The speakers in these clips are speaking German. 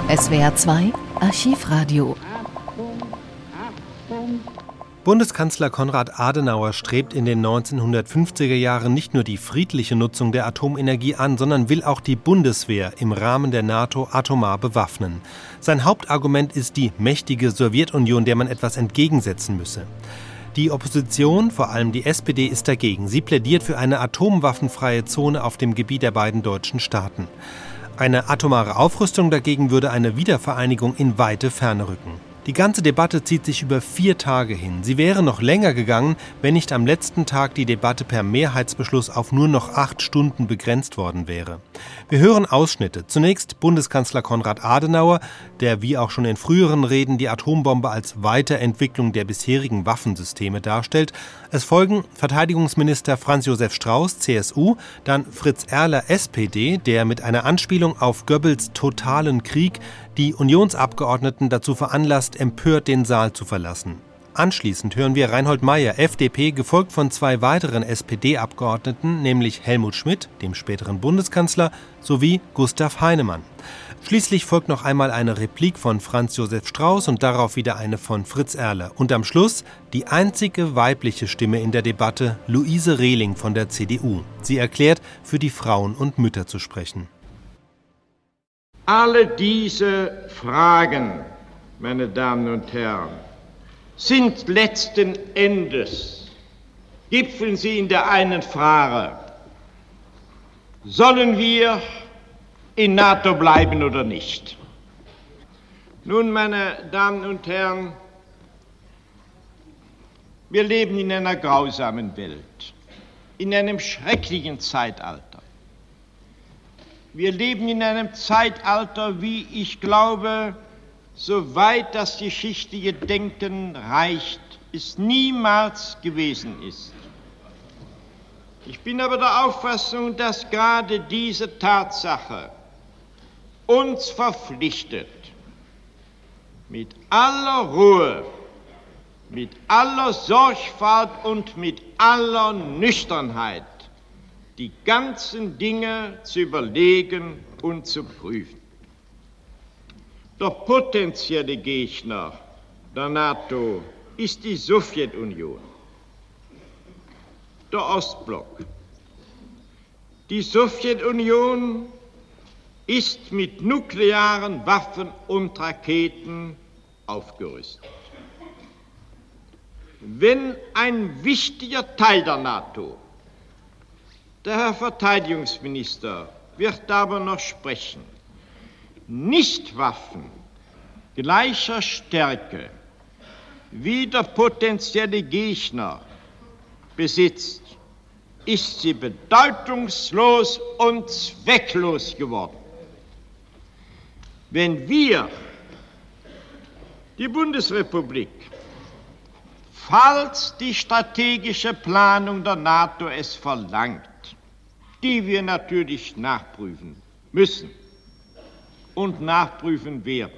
SWR 2 Archivradio. Bundeskanzler Konrad Adenauer strebt in den 1950er Jahren nicht nur die friedliche Nutzung der Atomenergie an, sondern will auch die Bundeswehr im Rahmen der NATO atomar bewaffnen. Sein Hauptargument ist die mächtige Sowjetunion, der man etwas entgegensetzen müsse. Die Opposition, vor allem die SPD, ist dagegen. Sie plädiert für eine atomwaffenfreie Zone auf dem Gebiet der beiden deutschen Staaten. Eine atomare Aufrüstung dagegen würde eine Wiedervereinigung in weite Ferne rücken. Die ganze Debatte zieht sich über 4 Tage hin. Sie wäre noch länger gegangen, wenn nicht am letzten Tag die Debatte per Mehrheitsbeschluss auf nur noch 8 Stunden begrenzt worden wäre. Wir hören Ausschnitte. Zunächst Bundeskanzler Konrad Adenauer, der wie auch schon in früheren Reden die Atombombe als Weiterentwicklung der bisherigen Waffensysteme darstellt. Es folgen Verteidigungsminister Franz Josef Strauß, CSU, dann Fritz Erler, SPD, der mit einer Anspielung auf Goebbels totalen Krieg die Unionsabgeordneten dazu veranlasst, empört den Saal zu verlassen. Anschließend hören wir Reinhold Maier, FDP, gefolgt von 2 weiteren SPD-Abgeordneten, nämlich Helmut Schmidt, dem späteren Bundeskanzler, sowie Gustav Heinemann. Schließlich folgt noch einmal eine Replik von Franz Josef Strauß und darauf wieder eine von Fritz Erler. Und am Schluss die einzige weibliche Stimme in der Debatte, Luise Rehling von der CDU. Sie erklärt, für die Frauen und Mütter zu sprechen. Alle diese Fragen, meine Damen und Herren, sind letzten Endes, gipfeln sie in der einen Frage: Sollen wir in NATO bleiben oder nicht? Nun, meine Damen und Herren, wir leben in einer grausamen Welt, in einem schrecklichen Zeitalter. Wir leben in einem Zeitalter, wie ich glaube, soweit das geschichtliche Denken reicht, es niemals gewesen ist. Ich bin aber der Auffassung, dass gerade diese Tatsache uns verpflichtet, mit aller Ruhe, mit aller Sorgfalt und mit aller Nüchternheit die ganzen Dinge zu überlegen und zu prüfen. Der potenzielle Gegner der NATO ist die Sowjetunion, der Ostblock. Die Sowjetunion ist mit nuklearen Waffen und Raketen aufgerüstet. Wenn ein wichtiger Teil der NATO, der Herr Verteidigungsminister wird aber noch sprechen, nicht Waffen gleicher Stärke wie der potenzielle Gegner besitzt, ist sie bedeutungslos und zwecklos geworden. Wenn wir, die Bundesrepublik, falls die strategische Planung der NATO es verlangt, die wir natürlich nachprüfen müssen und nachprüfen werden.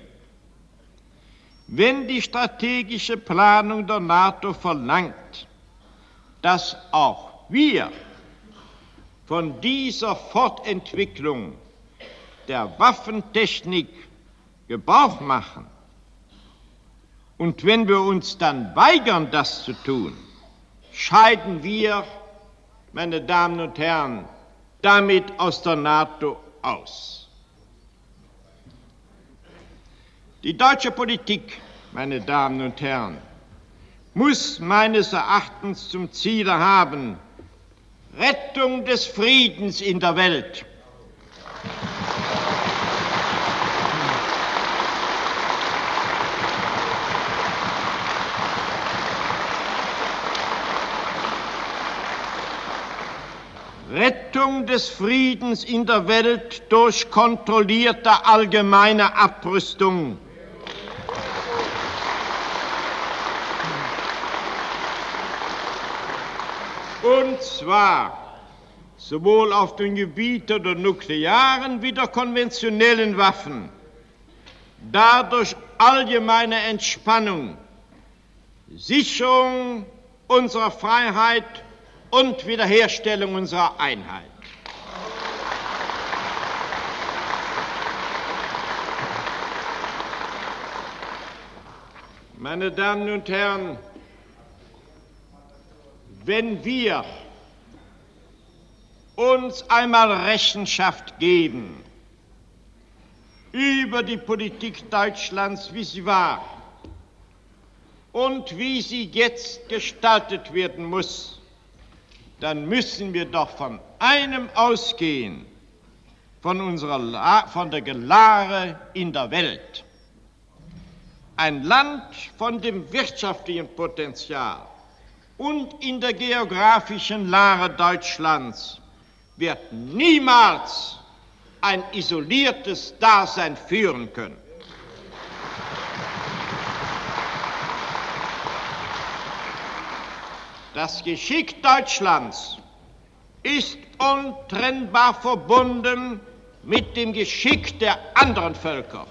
Wenn die strategische Planung der NATO verlangt, dass auch wir von dieser Fortentwicklung der Waffentechnik Gebrauch machen, und wenn wir uns dann weigern, das zu tun, scheiden wir, meine Damen und Herren, damit aus der NATO aus. Die deutsche Politik, meine Damen und Herren, muss meines Erachtens zum Ziel haben, Rettung des Friedens in der Welt. Rettung des Friedens in der Welt durch kontrollierte allgemeine Abrüstung. Und zwar sowohl auf dem Gebiet der nuklearen wie der konventionellen Waffen. Dadurch allgemeine Entspannung, Sicherung unserer Freiheit und Wiederherstellung unserer Einheit. Meine Damen und Herren, wenn wir uns einmal Rechenschaft geben über die Politik Deutschlands, wie sie war und wie sie jetzt gestaltet werden muss, dann müssen wir doch von einem ausgehen, von der Lage in der Welt. Ein Land von dem wirtschaftlichen Potenzial und in der geografischen Lage Deutschlands wird niemals ein isoliertes Dasein führen können. Das Geschick Deutschlands ist untrennbar verbunden mit dem Geschick der anderen Völker.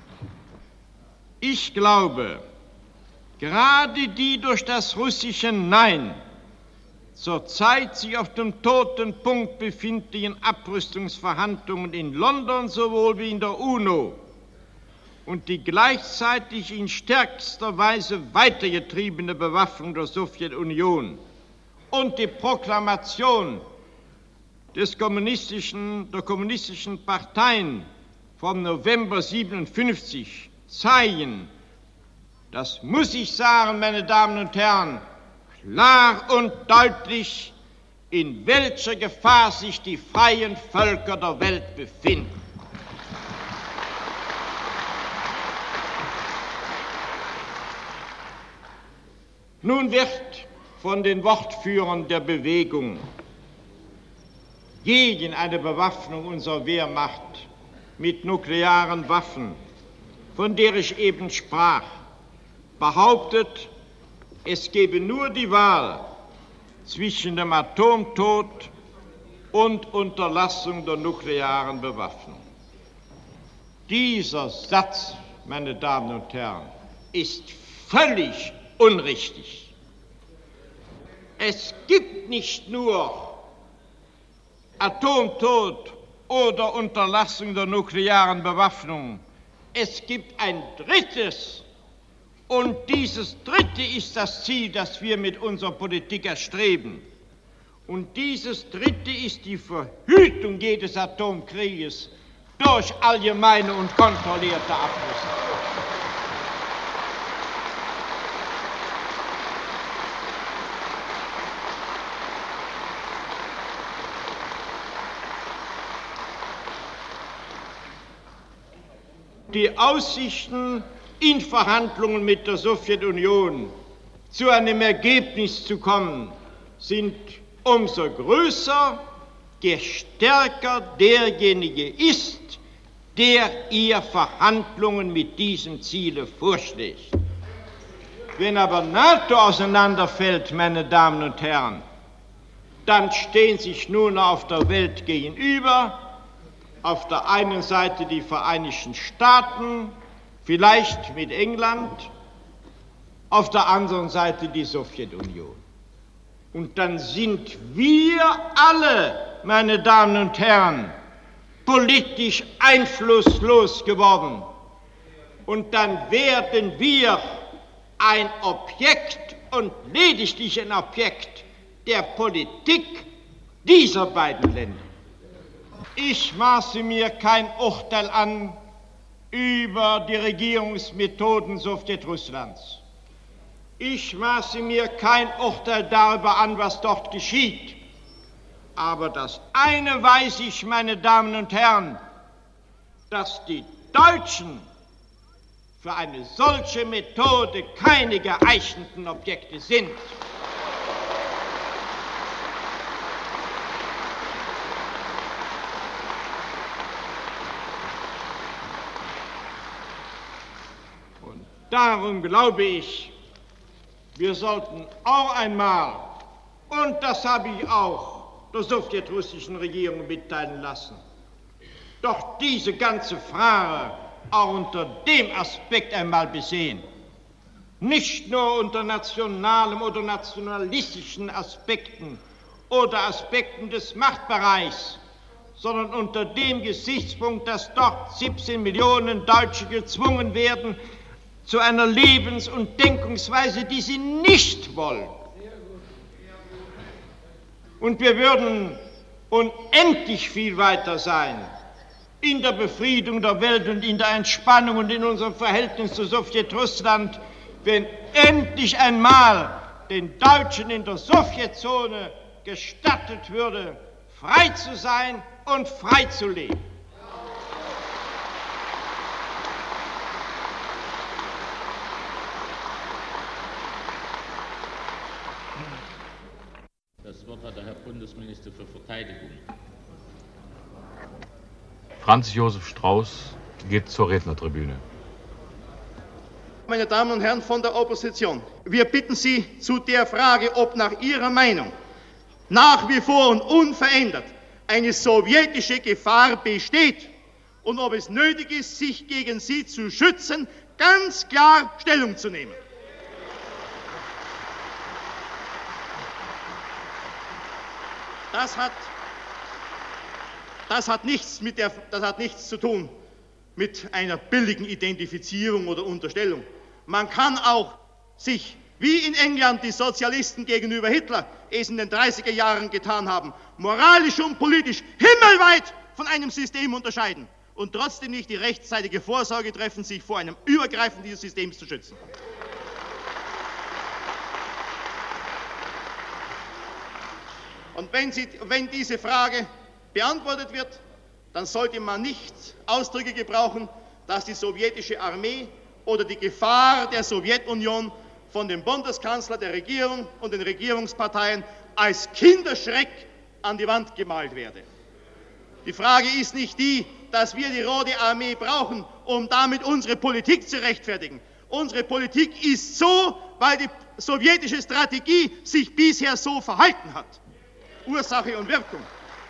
Ich glaube, gerade die durch das russische Nein zurzeit sich auf dem toten Punkt befindlichen Abrüstungsverhandlungen in London sowohl wie in der UNO und die gleichzeitig in stärkster Weise weitergetriebene Bewaffnung der Sowjetunion und die Proklamation der kommunistischen Parteien vom November 1957 zeigen, das muss ich sagen, meine Damen und Herren, klar und deutlich, in welcher Gefahr sich die freien Völker der Welt befinden. Nun wird von den Wortführern der Bewegung gegen eine Bewaffnung unserer Wehrmacht mit nuklearen Waffen, von der ich eben sprach, behauptet, es gebe nur die Wahl zwischen dem Atomtod und Unterlassung der nuklearen Bewaffnung. Dieser Satz, meine Damen und Herren, ist völlig unrichtig. Es gibt nicht nur Atomtod oder Unterlassung der nuklearen Bewaffnung. Es gibt ein drittes. Und dieses dritte ist das Ziel, das wir mit unserer Politik erstreben. Und dieses dritte ist die Verhütung jedes Atomkrieges durch allgemeine und kontrollierte Abrüstung. Die Aussichten in Verhandlungen mit der Sowjetunion zu einem Ergebnis zu kommen, sind umso größer, je stärker derjenige ist, der ihr Verhandlungen mit diesem Ziele vorschlägt. Wenn aber NATO auseinanderfällt, meine Damen und Herren, dann stehen sich nun auf der Welt gegenüber auf der einen Seite die Vereinigten Staaten, vielleicht mit England, auf der anderen Seite die Sowjetunion. Und dann sind wir alle, meine Damen und Herren, politisch einflusslos geworden. Und dann werden wir ein Objekt und lediglich ein Objekt der Politik dieser beiden Länder. Ich maße mir kein Urteil an über die Regierungsmethoden Sowjetrusslands. Ich maße mir kein Urteil darüber an, was dort geschieht. Aber das eine weiß ich, meine Damen und Herren, dass die Deutschen für eine solche Methode keine geeigneten Objekte sind. Und darum glaube ich, wir sollten auch einmal, und das habe ich auch der sowjetrussischen Regierung mitteilen lassen, doch diese ganze Frage auch unter dem Aspekt einmal besehen. Nicht nur unter nationalen oder nationalistischen Aspekten oder Aspekten des Machtbereichs, sondern unter dem Gesichtspunkt, dass dort 17 Millionen Deutsche gezwungen werden, zu einer Lebens- und Denkungsweise, die sie nicht wollen. Und wir würden unendlich viel weiter sein in der Befriedung der Welt und in der Entspannung und in unserem Verhältnis zu Sowjetrussland, wenn endlich einmal den Deutschen in der Sowjetzone gestattet würde, frei zu sein und frei zu leben. Das Wort hat der Herr Bundesminister für Verteidigung. Franz Josef Strauß geht zur Rednertribüne. Meine Damen und Herren von der Opposition, wir bitten Sie zu der Frage, ob nach Ihrer Meinung nach wie vor und unverändert eine sowjetische Gefahr besteht und ob es nötig ist, sich gegen sie zu schützen, ganz klar Stellung zu nehmen. Das hat nichts zu tun mit einer billigen Identifizierung oder Unterstellung. Man kann auch sich, wie in England die Sozialisten gegenüber Hitler es in den 30er Jahren getan haben, moralisch und politisch himmelweit von einem System unterscheiden und trotzdem nicht die rechtzeitige Vorsorge treffen, sich vor einem Übergreifen dieses Systems zu schützen. Und wenn diese Frage beantwortet wird, dann sollte man nicht Ausdrücke gebrauchen, dass die sowjetische Armee oder die Gefahr der Sowjetunion von dem Bundeskanzler, der Regierung und den Regierungsparteien als Kinderschreck an die Wand gemalt werde. Die Frage ist nicht die, dass wir die Rote Armee brauchen, um damit unsere Politik zu rechtfertigen. Unsere Politik ist so, weil die sowjetische Strategie sich bisher so verhalten hat. Ursache und Wirkung.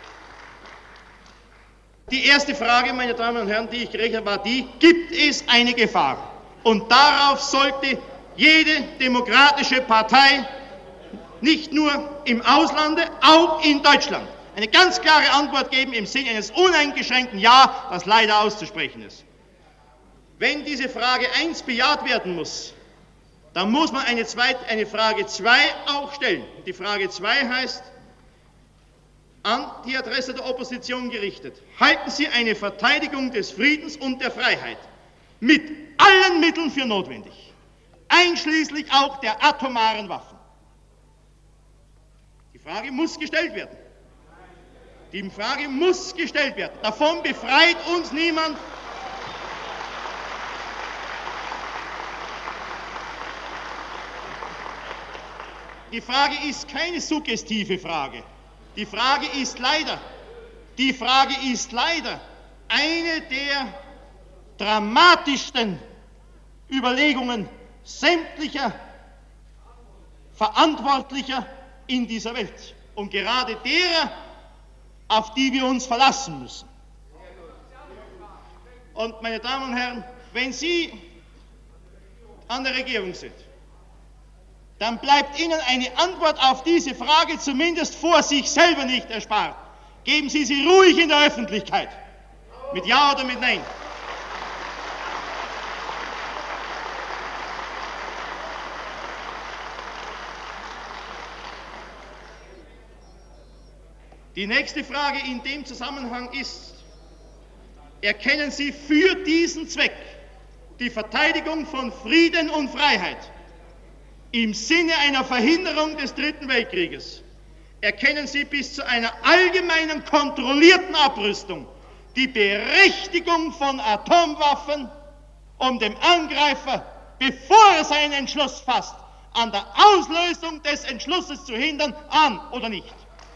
Die erste Frage, meine Damen und Herren, die ich gekriegt habe, war die, gibt es eine Gefahr? Und darauf sollte jede demokratische Partei, nicht nur im Auslande, auch in Deutschland, eine ganz klare Antwort geben im Sinne eines uneingeschränkten Ja, das leider auszusprechen ist. Wenn diese Frage 1 bejaht werden muss, dann muss man eine Frage 2 auch stellen. Die Frage 2 heißt, an die Adresse der Opposition gerichtet, halten Sie eine Verteidigung des Friedens und der Freiheit mit allen Mitteln für notwendig, einschließlich auch der atomaren Waffen? Die Frage muss gestellt werden. Die Frage muss gestellt werden. Davon befreit uns niemand. Die Frage ist keine suggestive Frage. Die Frage ist leider eine der dramatischsten Überlegungen sämtlicher Verantwortlicher in dieser Welt und gerade derer, auf die wir uns verlassen müssen. Und meine Damen und Herren, wenn Sie an der Regierung sind, dann bleibt Ihnen eine Antwort auf diese Frage zumindest vor sich selber nicht erspart. Geben Sie sie ruhig in der Öffentlichkeit, mit Ja oder mit Nein. Die nächste Frage in dem Zusammenhang ist, erkennen Sie für diesen Zweck die Verteidigung von Frieden und Freiheit im Sinne einer Verhinderung des Dritten Weltkrieges, erkennen Sie bis zu einer allgemeinen kontrollierten Abrüstung die Berechtigung von Atomwaffen, um dem Angreifer, bevor er seinen Entschluss fasst, an der Auslösung des Entschlusses zu hindern, an oder nicht?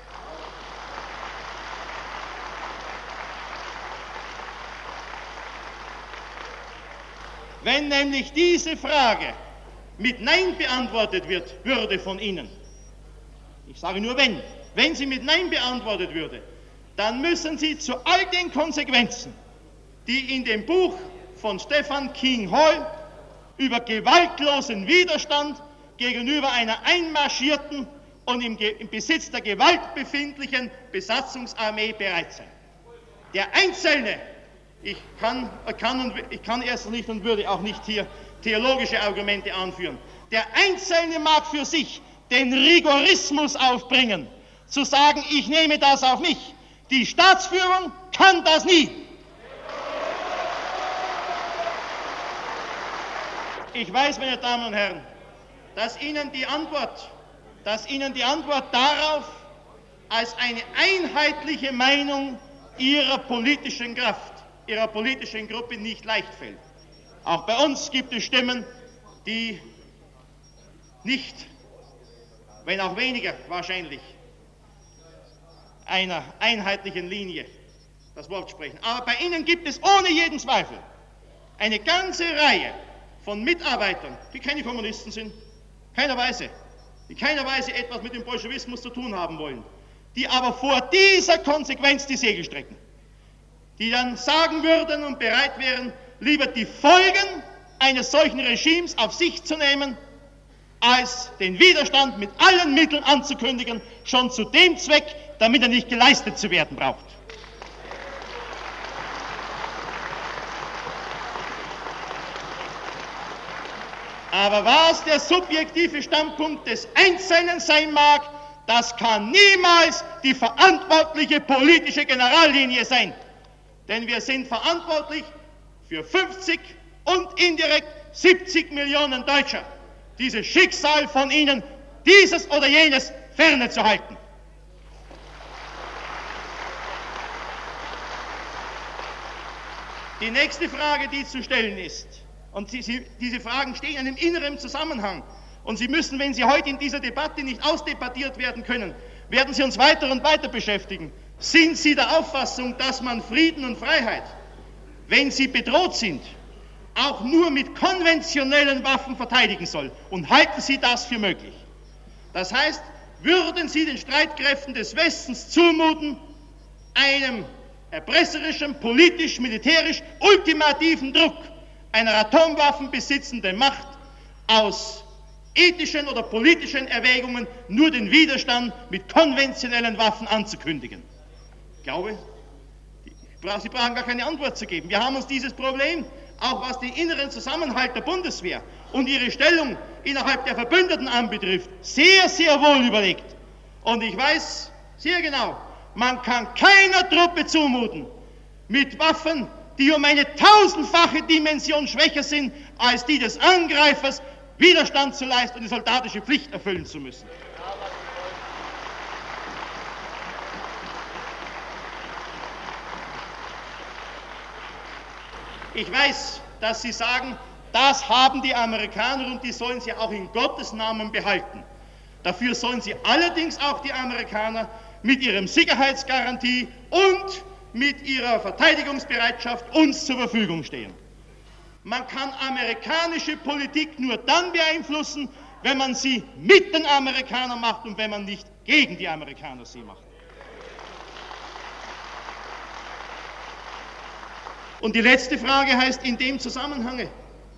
Wenn nämlich diese Frage mit Nein beantwortet würde von Ihnen, ich sage nur wenn sie mit Nein beantwortet würde, dann müssen Sie zu all den Konsequenzen, die in dem Buch von Stephen King Hall über gewaltlosen Widerstand gegenüber einer einmarschierten und im Besitz der Gewalt befindlichen Besatzungsarmee bereit sein. Der Einzelne Ich kann erstens nicht und würde auch nicht hier theologische Argumente anführen. Der Einzelne mag für sich den Rigorismus aufbringen, zu sagen, ich nehme das auf mich. Die Staatsführung kann das nie. Ich weiß, meine Damen und Herren, dass Ihnen die Antwort darauf als eine einheitliche Meinung Ihrer politischen Kraft, Ihrer politischen Gruppe nicht leicht fällt. Auch bei uns gibt es Stimmen, die nicht, wenn auch weniger wahrscheinlich, einer einheitlichen Linie das Wort sprechen. Aber bei Ihnen gibt es ohne jeden Zweifel eine ganze Reihe von Mitarbeitern, die keine Kommunisten sind, die keiner Weise etwas mit dem Bolschewismus zu tun haben wollen, die aber vor dieser Konsequenz die Segel strecken, die dann sagen würden und bereit wären, lieber die Folgen eines solchen Regimes auf sich zu nehmen, als den Widerstand mit allen Mitteln anzukündigen, schon zu dem Zweck, damit er nicht geleistet zu werden braucht. Aber was der subjektive Standpunkt des Einzelnen sein mag, das kann niemals die verantwortliche politische Generallinie sein. Denn wir sind verantwortlich für 50 und indirekt 70 Millionen Deutscher. Dieses Schicksal von ihnen, dieses oder jenes ferne zu halten. Die nächste Frage, die zu stellen ist, und diese Fragen stehen in einem inneren Zusammenhang, und sie müssen, wenn sie heute in dieser Debatte nicht ausdebattiert werden können, werden sie uns weiter und weiter beschäftigen. Sind Sie der Auffassung, dass man Frieden und Freiheit, wenn sie bedroht sind, auch nur mit konventionellen Waffen verteidigen soll? Und halten Sie das für möglich? Das heißt, würden Sie den Streitkräften des Westens zumuten, einem erpresserischen, politisch, militärisch, ultimativen Druck einer atomwaffenbesitzenden Macht aus ethischen oder politischen Erwägungen nur den Widerstand mit konventionellen Waffen anzukündigen? Ich glaube, Sie brauchen gar keine Antwort zu geben. Wir haben uns dieses Problem, auch was den inneren Zusammenhalt der Bundeswehr und ihre Stellung innerhalb der Verbündeten anbetrifft, sehr, sehr wohl überlegt. Und ich weiß sehr genau, man kann keiner Truppe zumuten, mit Waffen, die um eine 1000-fache Dimension schwächer sind als die des Angreifers, Widerstand zu leisten und die soldatische Pflicht erfüllen zu müssen. Ich weiß, dass Sie sagen, das haben die Amerikaner und die sollen sie auch in Gottes Namen behalten. Dafür sollen sie allerdings auch die Amerikaner mit ihrem Sicherheitsgarantie und mit ihrer Verteidigungsbereitschaft uns zur Verfügung stehen. Man kann amerikanische Politik nur dann beeinflussen, wenn man sie mit den Amerikanern macht und wenn man nicht gegen die Amerikaner sie macht. Und die letzte Frage heißt in dem Zusammenhange,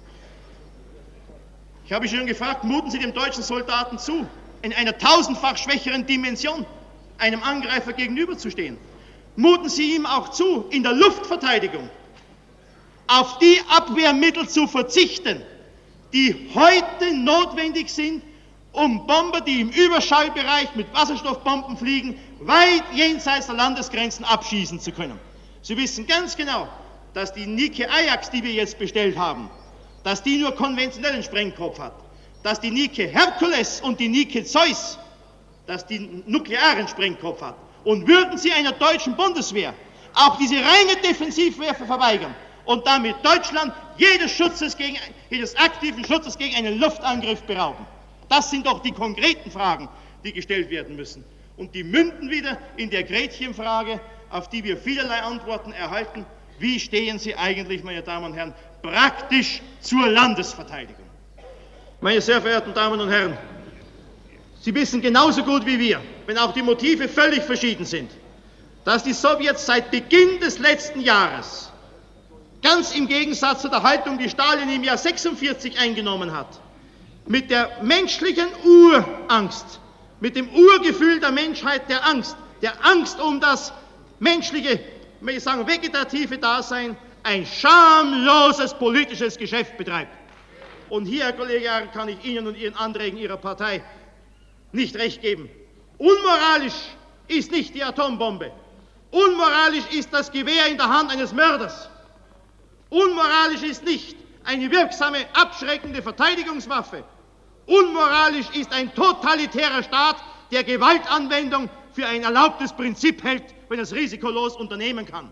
ich habe schon gefragt, muten Sie dem deutschen Soldaten zu, in einer 1000-fach schwächeren Dimension einem Angreifer gegenüberzustehen? Muten Sie ihm auch zu, in der Luftverteidigung auf die Abwehrmittel zu verzichten, die heute notwendig sind, um Bomber, die im Überschallbereich mit Wasserstoffbomben fliegen, weit jenseits der Landesgrenzen abschießen zu können? Sie wissen ganz genau, dass die Nike Ajax, die wir jetzt bestellt haben, dass die nur konventionellen Sprengkopf hat, dass die Nike Herkules und die Nike Zeus, dass die nuklearen Sprengkopf hat. Und würden Sie einer deutschen Bundeswehr auch diese reine Defensivwaffe verweigern und damit Deutschland jedes aktiven Schutzes gegen einen Luftangriff berauben? Das sind doch die konkreten Fragen, die gestellt werden müssen. Und die münden wieder in der Gretchenfrage, auf die wir vielerlei Antworten erhalten. Wie stehen Sie eigentlich, meine Damen und Herren, praktisch zur Landesverteidigung? Meine sehr verehrten Damen und Herren, Sie wissen genauso gut wie wir, wenn auch die Motive völlig verschieden sind, dass die Sowjets seit Beginn des letzten Jahres, ganz im Gegensatz zu der Haltung, die Stalin im Jahr 1946 eingenommen hat, mit der menschlichen Urangst, mit dem Urgefühl der Menschheit der Angst um das menschliche, vegetative Dasein, ein schamloses politisches Geschäft betreibt. Und hier, Herr Kollege Jahr, kann ich Ihnen und Ihren Anträgen Ihrer Partei nicht recht geben. Unmoralisch ist nicht die Atombombe. Unmoralisch ist das Gewehr in der Hand eines Mörders. Unmoralisch ist nicht eine wirksame, abschreckende Verteidigungswaffe. Unmoralisch ist ein totalitärer Staat, der Gewaltanwendung für ein erlaubtes Prinzip hält, wenn er es risikolos unternehmen kann.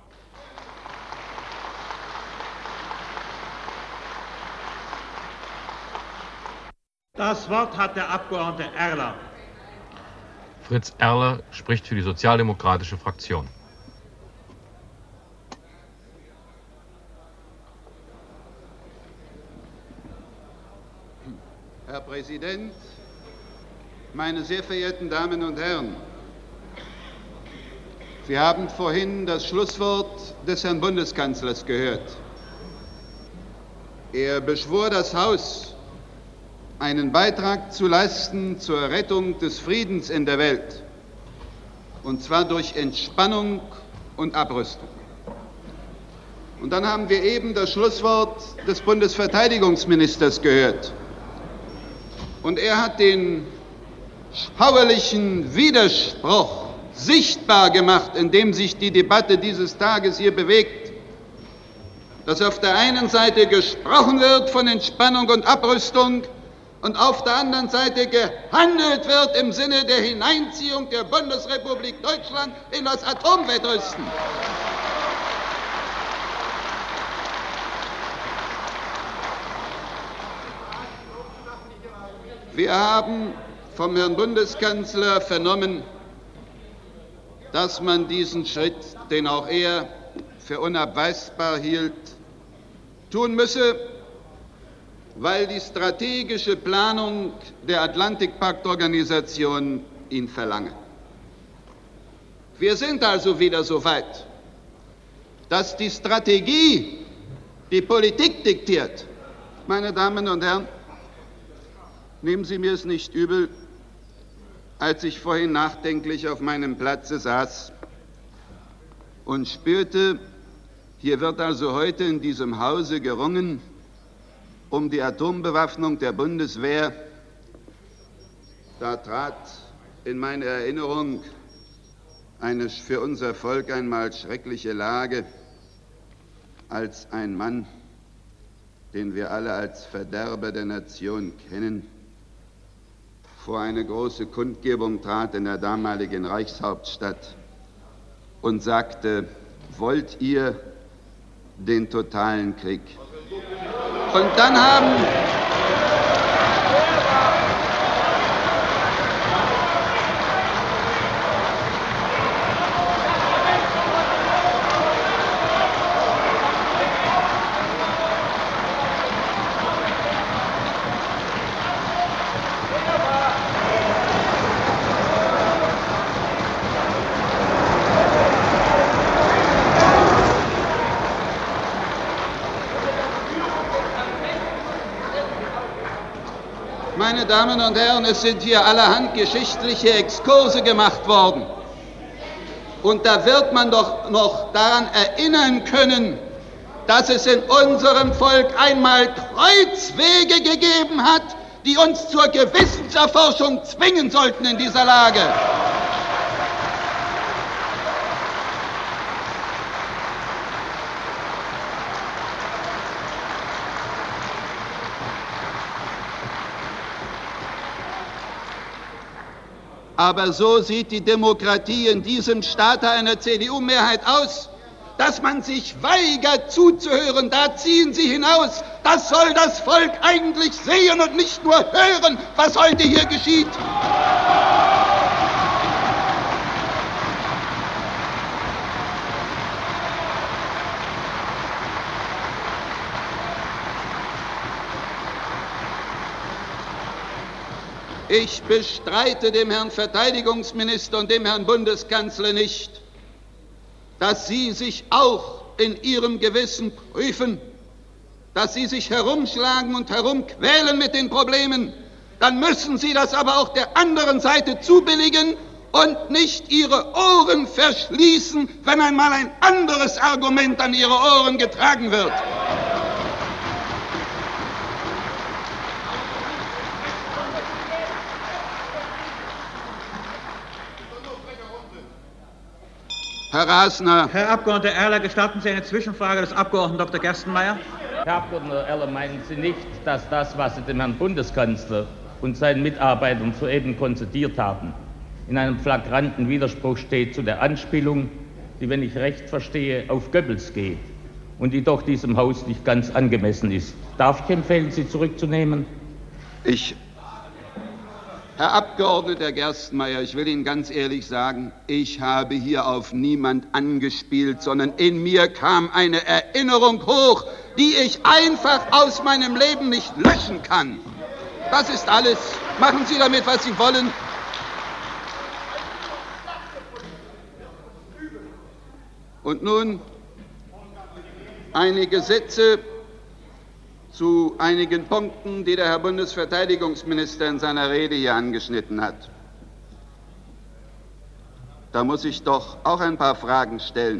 Das Wort hat der Abgeordnete Erler. Fritz Erler spricht für die sozialdemokratische Fraktion. Herr Präsident, meine sehr verehrten Damen und Herren! Sie haben vorhin das Schlusswort des Herrn Bundeskanzlers gehört. Er beschwor das Haus, einen Beitrag zu leisten zur Rettung des Friedens in der Welt, und zwar durch Entspannung und Abrüstung. Und dann haben wir eben das Schlusswort des Bundesverteidigungsministers gehört. Und er hat den schauerlichen Widerspruch sichtbar gemacht, indem sich die Debatte dieses Tages hier bewegt, dass auf der einen Seite gesprochen wird von Entspannung und Abrüstung und auf der anderen Seite gehandelt wird im Sinne der Hineinziehung der Bundesrepublik Deutschland in das Atomwettrüsten. Wir haben vom Herrn Bundeskanzler vernommen, dass man diesen Schritt, den auch er für unabweisbar hielt, tun müsse, weil die strategische Planung der Atlantikpaktorganisation ihn verlange. Wir sind also wieder so weit, dass die Strategie die Politik diktiert. Meine Damen und Herren, nehmen Sie mir es nicht übel, als ich vorhin nachdenklich auf meinem Platze saß und spürte, hier wird also heute in diesem Hause gerungen um die Atombewaffnung der Bundeswehr. Da trat in meine Erinnerung eine für unser Volk einmal schreckliche Lage, als ein Mann, den wir alle als Verderber der Nation kennen, vor eine große Kundgebung trat in der damaligen Reichshauptstadt und sagte: Wollt ihr den totalen Krieg? Und dann haben Meine Damen und Herren, es sind hier allerhand geschichtliche Exkurse gemacht worden. Und da wird man doch noch daran erinnern können, dass es in unserem Volk einmal Kreuzwege gegeben hat, die uns zur Gewissenserforschung zwingen sollten in dieser Lage. Aber so sieht die Demokratie in diesem Staate einer CDU-Mehrheit aus, dass man sich weigert zuzuhören. Da ziehen Sie hinaus. Das soll das Volk eigentlich sehen und nicht nur hören, was heute hier geschieht. Ich bestreite dem Herrn Verteidigungsminister und dem Herrn Bundeskanzler nicht, dass sie sich auch in ihrem Gewissen prüfen, dass sie sich herumschlagen und herumquälen mit den Problemen. Dann müssen sie das aber auch der anderen Seite zubilligen und nicht Ihre Ohren verschließen, wenn einmal ein anderes Argument an Ihre Ohren getragen wird. Herr Rasner. Herr Abgeordneter Erler, gestatten Sie eine Zwischenfrage des Abgeordneten Dr. Gerstenmaier? Herr Abgeordneter Erler, meinen Sie nicht, dass das, was Sie dem Herrn Bundeskanzler und seinen Mitarbeitern soeben konzediert haben, in einem flagranten Widerspruch steht zu der Anspielung, die, wenn ich recht verstehe, auf Goebbels geht und die doch diesem Haus nicht ganz angemessen ist? Darf ich empfehlen, sie zurückzunehmen? Herr Abgeordneter Gerstenmaier, ich will Ihnen ganz ehrlich sagen, ich habe hier auf niemand angespielt, sondern in mir kam eine Erinnerung hoch, die ich einfach aus meinem Leben nicht löschen kann. Das ist alles. Machen Sie damit, was Sie wollen. Und nun einige Sätze zu einigen Punkten, die der Herr Bundesverteidigungsminister in seiner Rede hier angeschnitten hat. Da muss ich doch auch ein paar Fragen stellen.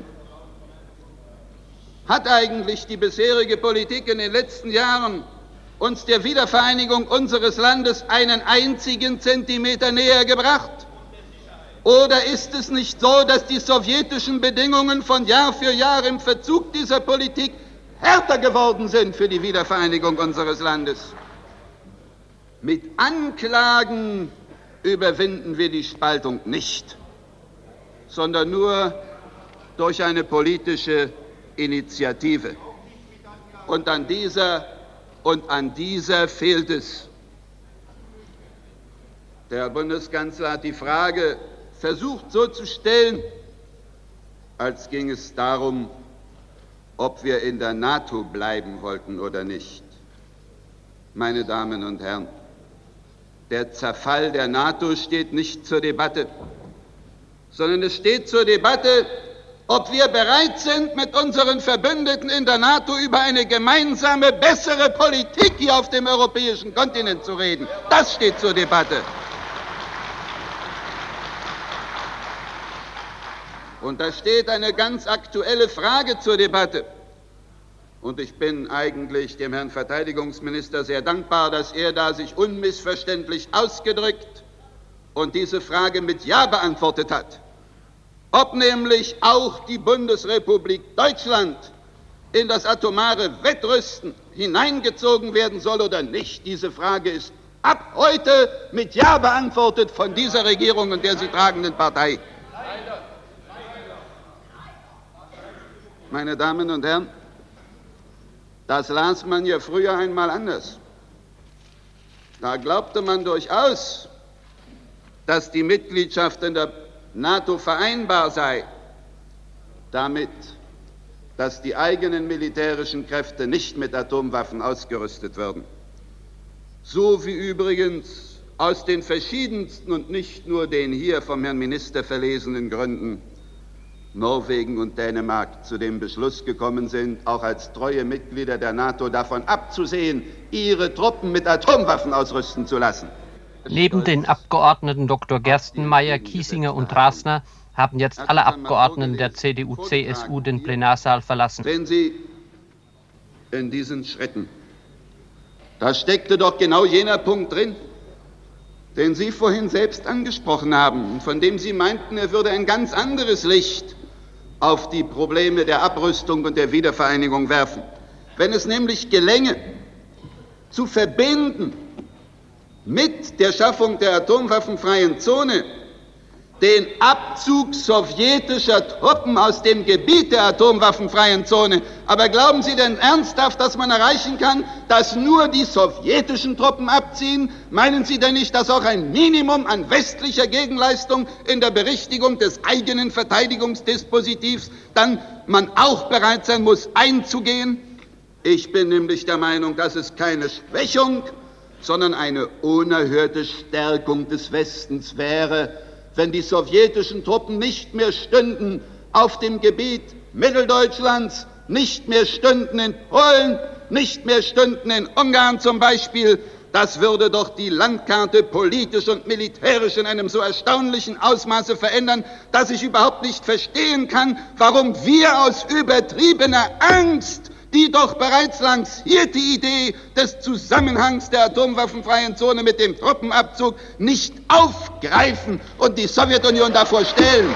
Hat eigentlich die bisherige Politik in den letzten Jahren uns der Wiedervereinigung unseres Landes einen einzigen Zentimeter näher gebracht? Oder ist es nicht so, dass die sowjetischen Bedingungen von Jahr für Jahr im Verzug dieser Politik härter geworden sind für die Wiedervereinigung unseres Landes? Mit Anklagen überwinden wir die Spaltung nicht, sondern nur durch eine politische Initiative. Und an dieser fehlt es. Der Herr Bundeskanzler hat die Frage versucht so zu stellen, als ging es darum, ob wir in der NATO bleiben wollten oder nicht. Meine Damen und Herren, der Zerfall der NATO steht nicht zur Debatte, sondern es steht zur Debatte, ob wir bereit sind, mit unseren Verbündeten in der NATO über eine gemeinsame, bessere Politik hier auf dem europäischen Kontinent zu reden. Das steht zur Debatte. Und da steht eine ganz aktuelle Frage zur Debatte. Und ich bin eigentlich dem Herrn Verteidigungsminister sehr dankbar, dass er da sich unmissverständlich ausgedrückt und diese Frage mit Ja beantwortet hat. Ob nämlich auch die Bundesrepublik Deutschland in das atomare Wettrüsten hineingezogen werden soll oder nicht. Diese Frage ist ab heute mit Ja beantwortet von dieser Regierung und der sie tragenden Partei. Meine Damen und Herren, das las man ja früher einmal anders. Da glaubte man durchaus, dass die Mitgliedschaft in der NATO vereinbar sei, damit, dass die eigenen militärischen Kräfte nicht mit Atomwaffen ausgerüstet würden. So wie übrigens aus den verschiedensten und nicht nur den hier vom Herrn Minister verlesenen Gründen Norwegen und Dänemark zu dem Beschluss gekommen sind, auch als treue Mitglieder der NATO davon abzusehen, ihre Truppen mit Atomwaffen ausrüsten zu lassen. Neben den Abgeordneten Dr. Gerstenmaier, Kiesinger und Rasner haben jetzt alle Abgeordneten der CDU-CSU den Plenarsaal verlassen. Sehen Sie, in diesen Schritten, da steckte doch genau jener Punkt drin, den Sie vorhin selbst angesprochen haben und von dem Sie meinten, er würde ein ganz anderes Licht auf die Probleme der Abrüstung und der Wiedervereinigung werfen. Wenn es nämlich gelänge, zu verbinden mit der Schaffung der atomwaffenfreien Zone den Abzug sowjetischer Truppen aus dem Gebiet der atomwaffenfreien Zone. Aber glauben Sie denn ernsthaft, dass man erreichen kann, dass nur die sowjetischen Truppen abziehen? Meinen Sie denn nicht, dass auch ein Minimum an westlicher Gegenleistung in der Berichtigung des eigenen Verteidigungsdispositivs dann man auch bereit sein muss, einzugehen? Ich bin nämlich der Meinung, dass es keine Schwächung, sondern eine unerhörte Stärkung des Westens wäre, wenn die sowjetischen Truppen nicht mehr stünden auf dem Gebiet Mitteldeutschlands, nicht mehr stünden in Polen, nicht mehr stünden in Ungarn zum Beispiel, Das würde doch die Landkarte politisch und militärisch in einem so erstaunlichen Ausmaße verändern, dass ich überhaupt nicht verstehen kann, warum wir aus übertriebener Angst, die doch bereits lancierte Idee des Zusammenhangs der atomwaffenfreien Zone mit dem Truppenabzug nicht aufgreifen und die Sowjetunion davor stellen.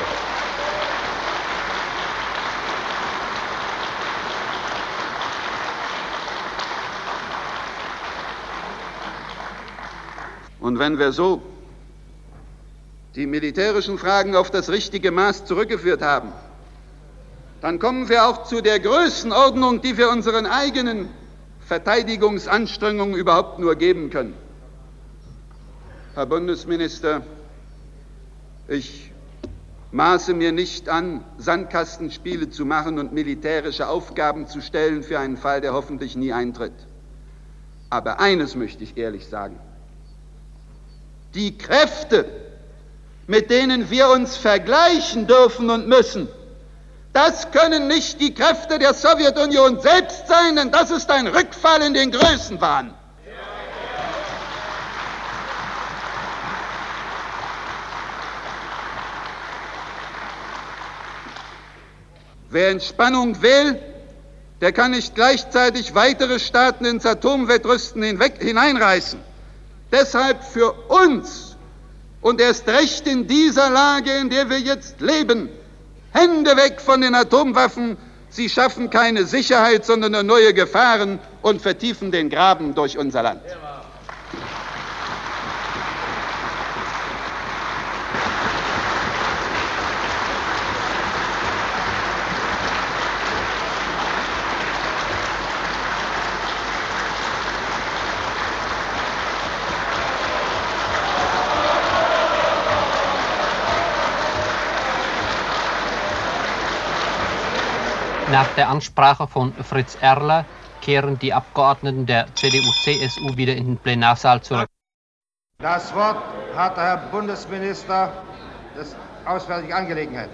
Und wenn wir so die militärischen Fragen auf das richtige Maß zurückgeführt haben, dann kommen wir auch zu der Größenordnung, die wir unseren eigenen Verteidigungsanstrengungen überhaupt nur geben können. Herr Bundesminister, ich maße mir nicht an, Sandkastenspiele zu machen und militärische Aufgaben zu stellen für einen Fall, der hoffentlich nie eintritt. Aber eines möchte ich ehrlich sagen. Die Kräfte, mit denen wir uns vergleichen dürfen und müssen, das können nicht die Kräfte der Sowjetunion selbst sein, denn das ist ein Rückfall in den Größenwahn. Wer Entspannung will, der kann nicht gleichzeitig weitere Staaten ins Atomwettrüsten hineinreißen. Deshalb für uns und erst recht in dieser Lage, in der wir jetzt leben, Hände weg von den Atomwaffen. Sie schaffen keine Sicherheit, sondern nur neue Gefahren und vertiefen den Graben durch unser Land. Nach der Ansprache von Fritz Erler kehren die Abgeordneten der CDU-CSU wieder in den Plenarsaal zurück. Das Wort hat der Herr Bundesminister des Auswärtigen Angelegenheiten.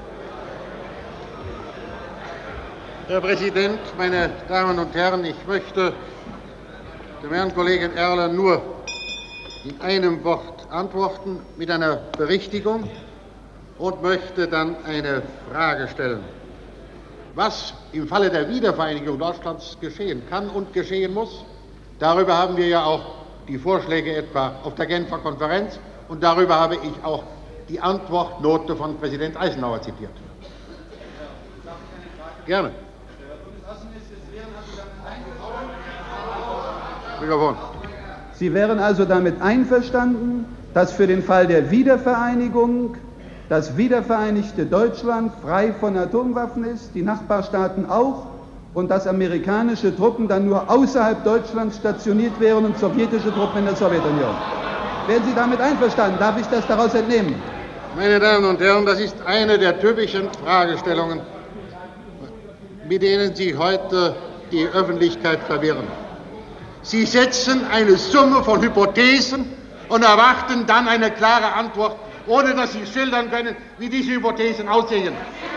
Herr Präsident, meine Damen und Herren, ich möchte dem Herrn Kollegen Erler nur in einem Wort antworten mit einer Berichtigung und möchte dann eine Frage stellen. Was im Falle der Wiedervereinigung Deutschlands geschehen kann und geschehen muss, darüber haben wir ja auch die Vorschläge etwa auf der Genfer Konferenz und darüber habe ich auch die Antwortnote von Präsident Eisenhower zitiert. Gerne. Mikrofon. Sie wären also damit einverstanden, dass für den Fall der Wiedervereinigung das wiedervereinigte Deutschland frei von Atomwaffen ist, die Nachbarstaaten auch, und dass amerikanische Truppen dann nur außerhalb Deutschlands stationiert wären und sowjetische Truppen in der Sowjetunion. Wären Sie damit einverstanden? Darf ich das daraus entnehmen? Meine Damen und Herren, das ist eine der typischen Fragestellungen, mit denen Sie heute die Öffentlichkeit verwirren. Sie setzen eine Summe von Hypothesen und erwarten dann eine klare Antwort, ohne dass Sie schildern können, wie diese Hypothesen aussehen.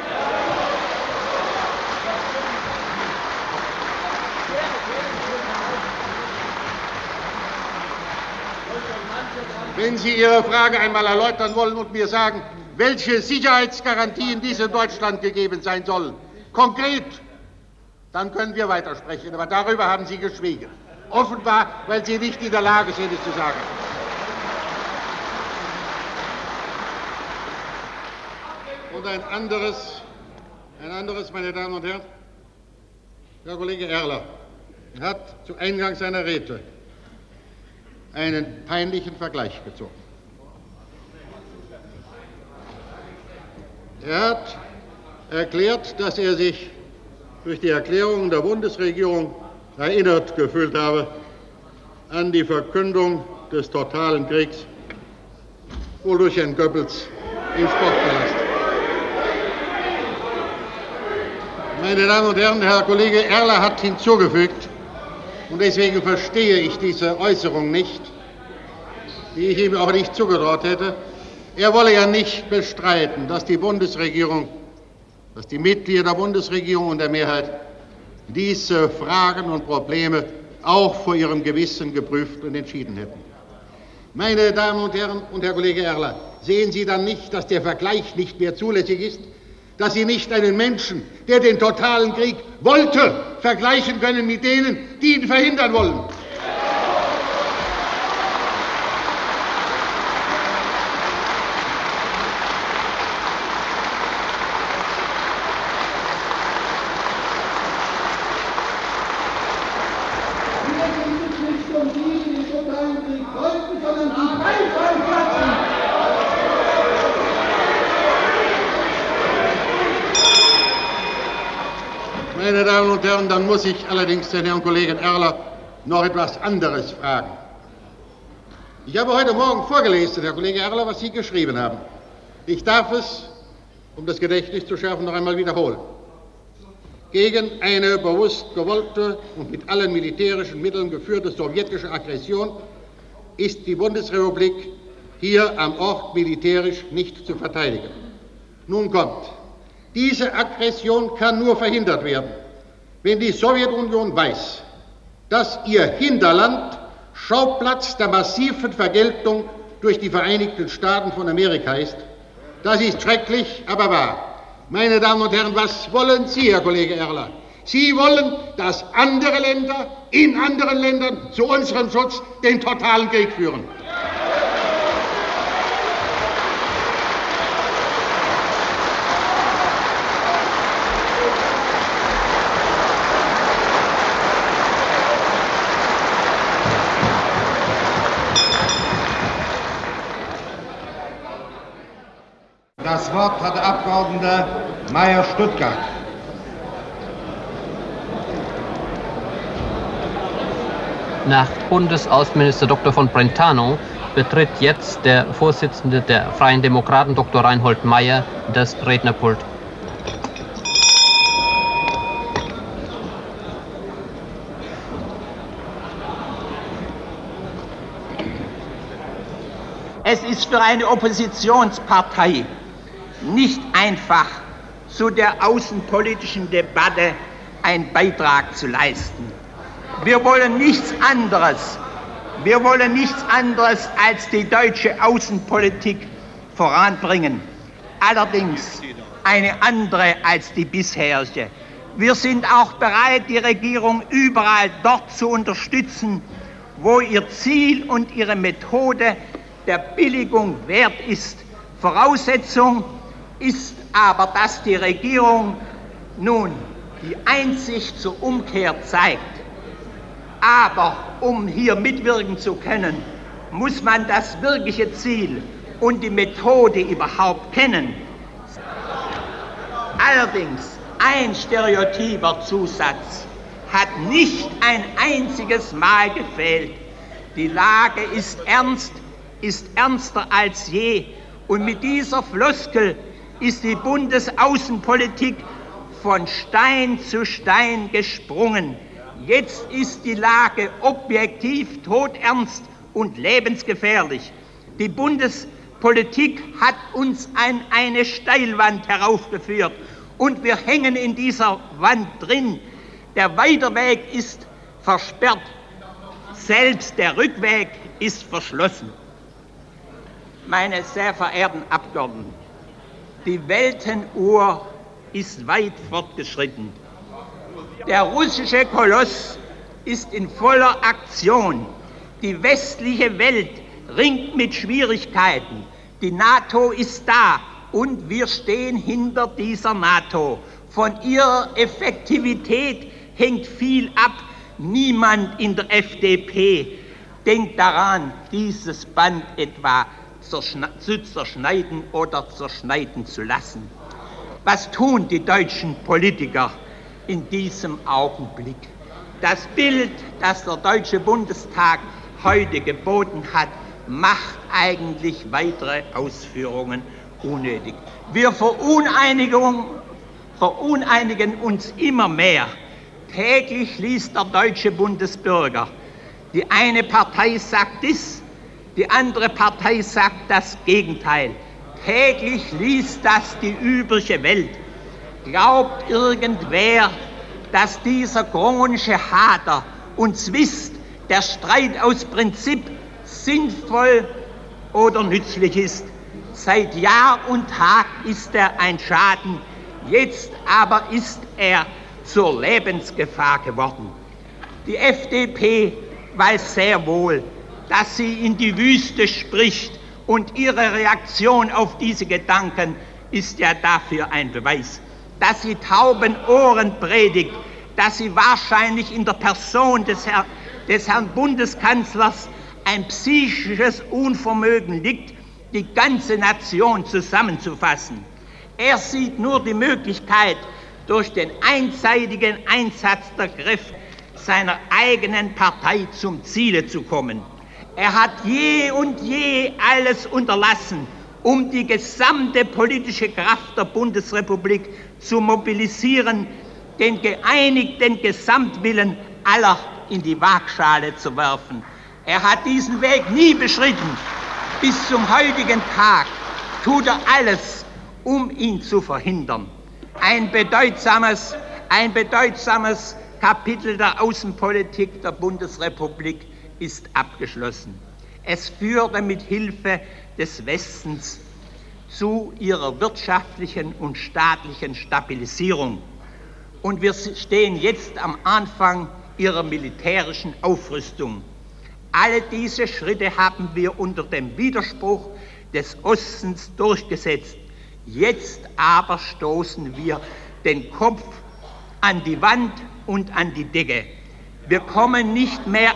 Wenn Sie Ihre Frage einmal erläutern wollen und mir sagen, welche Sicherheitsgarantien diesem Deutschland gegeben sein sollen, konkret, dann können wir weitersprechen. Aber darüber haben Sie geschwiegen. Offenbar, weil Sie nicht in der Lage sind, es zu sagen. Und ein anderes, meine Damen und Herren, Herr Kollege Erler hat zu Eingang seiner Rede einen peinlichen Vergleich gezogen. Er hat erklärt, dass er sich durch die Erklärungen der Bundesregierung erinnert gefühlt habe an die Verkündung des totalen Kriegs, wohl durch Herrn Goebbels im Sportpalast. Meine Damen und Herren, Herr Kollege Erler hat hinzugefügt, und deswegen verstehe ich diese Äußerung nicht, die ich ihm auch nicht zugetraut hätte. Er wolle ja nicht bestreiten, dass die Bundesregierung, dass die Mitglieder der Bundesregierung und der Mehrheit diese Fragen und Probleme auch vor ihrem Gewissen geprüft und entschieden hätten. Meine Damen und Herren und Herr Kollege Erler, sehen Sie dann nicht, dass der Vergleich nicht mehr zulässig ist? Dass Sie nicht einen Menschen, der den totalen Krieg wollte, vergleichen können mit denen, die ihn verhindern wollen? Meine Damen und Herren, dann muss ich allerdings den Herrn Kollegen Erler noch etwas anderes fragen. Ich habe heute Morgen vorgelesen, Herr Kollege Erler, was Sie geschrieben haben. Ich darf es, um das Gedächtnis zu schärfen, noch einmal wiederholen. Gegen eine bewusst gewollte und mit allen militärischen Mitteln geführte sowjetische Aggression ist die Bundesrepublik hier am Ort militärisch nicht zu verteidigen. Nun kommt. Diese Aggression kann nur verhindert werden, wenn die Sowjetunion weiß, dass ihr Hinterland Schauplatz der massiven Vergeltung durch die Vereinigten Staaten von Amerika ist. Das ist schrecklich, aber wahr. Meine Damen und Herren, was wollen Sie, Herr Kollege Erler? Sie wollen, dass andere Länder in anderen Ländern zu unserem Schutz den totalen Krieg führen. Das Wort hat der Abgeordnete Meyer-Stuttgart. Nach Bundesaußenminister Dr. von Brentano betritt jetzt der Vorsitzende der Freien Demokraten, Dr. Reinhold Maier, das Rednerpult. Es ist für eine Oppositionspartei nicht einfach, zu der außenpolitischen Debatte einen Beitrag zu leisten. Wir wollen nichts anderes als die deutsche Außenpolitik voranbringen. Allerdings eine andere als die bisherige. Wir sind auch bereit, die Regierung überall dort zu unterstützen, wo ihr Ziel und ihre Methode der Billigung wert ist. Voraussetzung ist aber, dass die Regierung nun die Einsicht zur Umkehr zeigt. Aber um hier mitwirken zu können, muss man das wirkliche Ziel und die Methode überhaupt kennen. Allerdings, ein stereotyper Zusatz hat nicht ein einziges Mal gefehlt. Die Lage ist ernst, ist ernster als je. Und mit dieser Floskel ist die Bundesaußenpolitik von Stein zu Stein gesprungen. Jetzt ist die Lage objektiv todernst und lebensgefährlich. Die Bundespolitik hat uns an eine Steilwand heraufgeführt und wir hängen in dieser Wand drin. Der Weiterweg ist versperrt, selbst der Rückweg ist verschlossen. Meine sehr verehrten Abgeordneten, die Weltenuhr ist weit fortgeschritten. Der russische Koloss ist in voller Aktion. Die westliche Welt ringt mit Schwierigkeiten. Die NATO ist da und wir stehen hinter dieser NATO. Von ihrer Effektivität hängt viel ab. Niemand in der FDP denkt daran, dieses Band etwa zu zerschneiden oder zerschneiden zu lassen. Was tun die deutschen Politiker in diesem Augenblick? Das Bild, das der Deutsche Bundestag heute geboten hat, macht eigentlich weitere Ausführungen unnötig. Wir verunreinigen uns immer mehr. Täglich liest der deutsche Bundesbürger. Die eine Partei sagt dies, die andere Partei sagt das Gegenteil. Täglich liest das die übrige Welt. Glaubt irgendwer, dass dieser chronische Hader und Zwist, der Streit aus Prinzip sinnvoll oder nützlich ist. Seit Jahr und Tag ist er ein Schaden, jetzt aber ist er zur Lebensgefahr geworden. Die FDP weiß sehr wohl, dass sie in die Wüste spricht, und ihre Reaktion auf diese Gedanken ist ja dafür ein Beweis. Dass sie tauben Ohren predigt, dass sie wahrscheinlich in der Person des Herrn Bundeskanzlers ein psychisches Unvermögen liegt, die ganze Nation zusammenzufassen. Er sieht nur die Möglichkeit, durch den einseitigen Einsatz der Kräfte seiner eigenen Partei zum Ziele zu kommen. Er hat je und je alles unterlassen, um die gesamte politische Kraft der Bundesrepublik zu mobilisieren, den geeinigten Gesamtwillen aller in die Waagschale zu werfen. Er hat diesen Weg nie beschritten. Bis zum heutigen Tag tut er alles, um ihn zu verhindern. Ein bedeutsames Kapitel der Außenpolitik der Bundesrepublik ist abgeschlossen. Es führte mit Hilfe des Westens zu ihrer wirtschaftlichen und staatlichen Stabilisierung. Und wir stehen jetzt am Anfang ihrer militärischen Aufrüstung. Alle diese Schritte haben wir unter dem Widerspruch des Ostens durchgesetzt. Jetzt aber stoßen wir den Kopf an die Wand und an die Decke. Wir kommen nicht mehr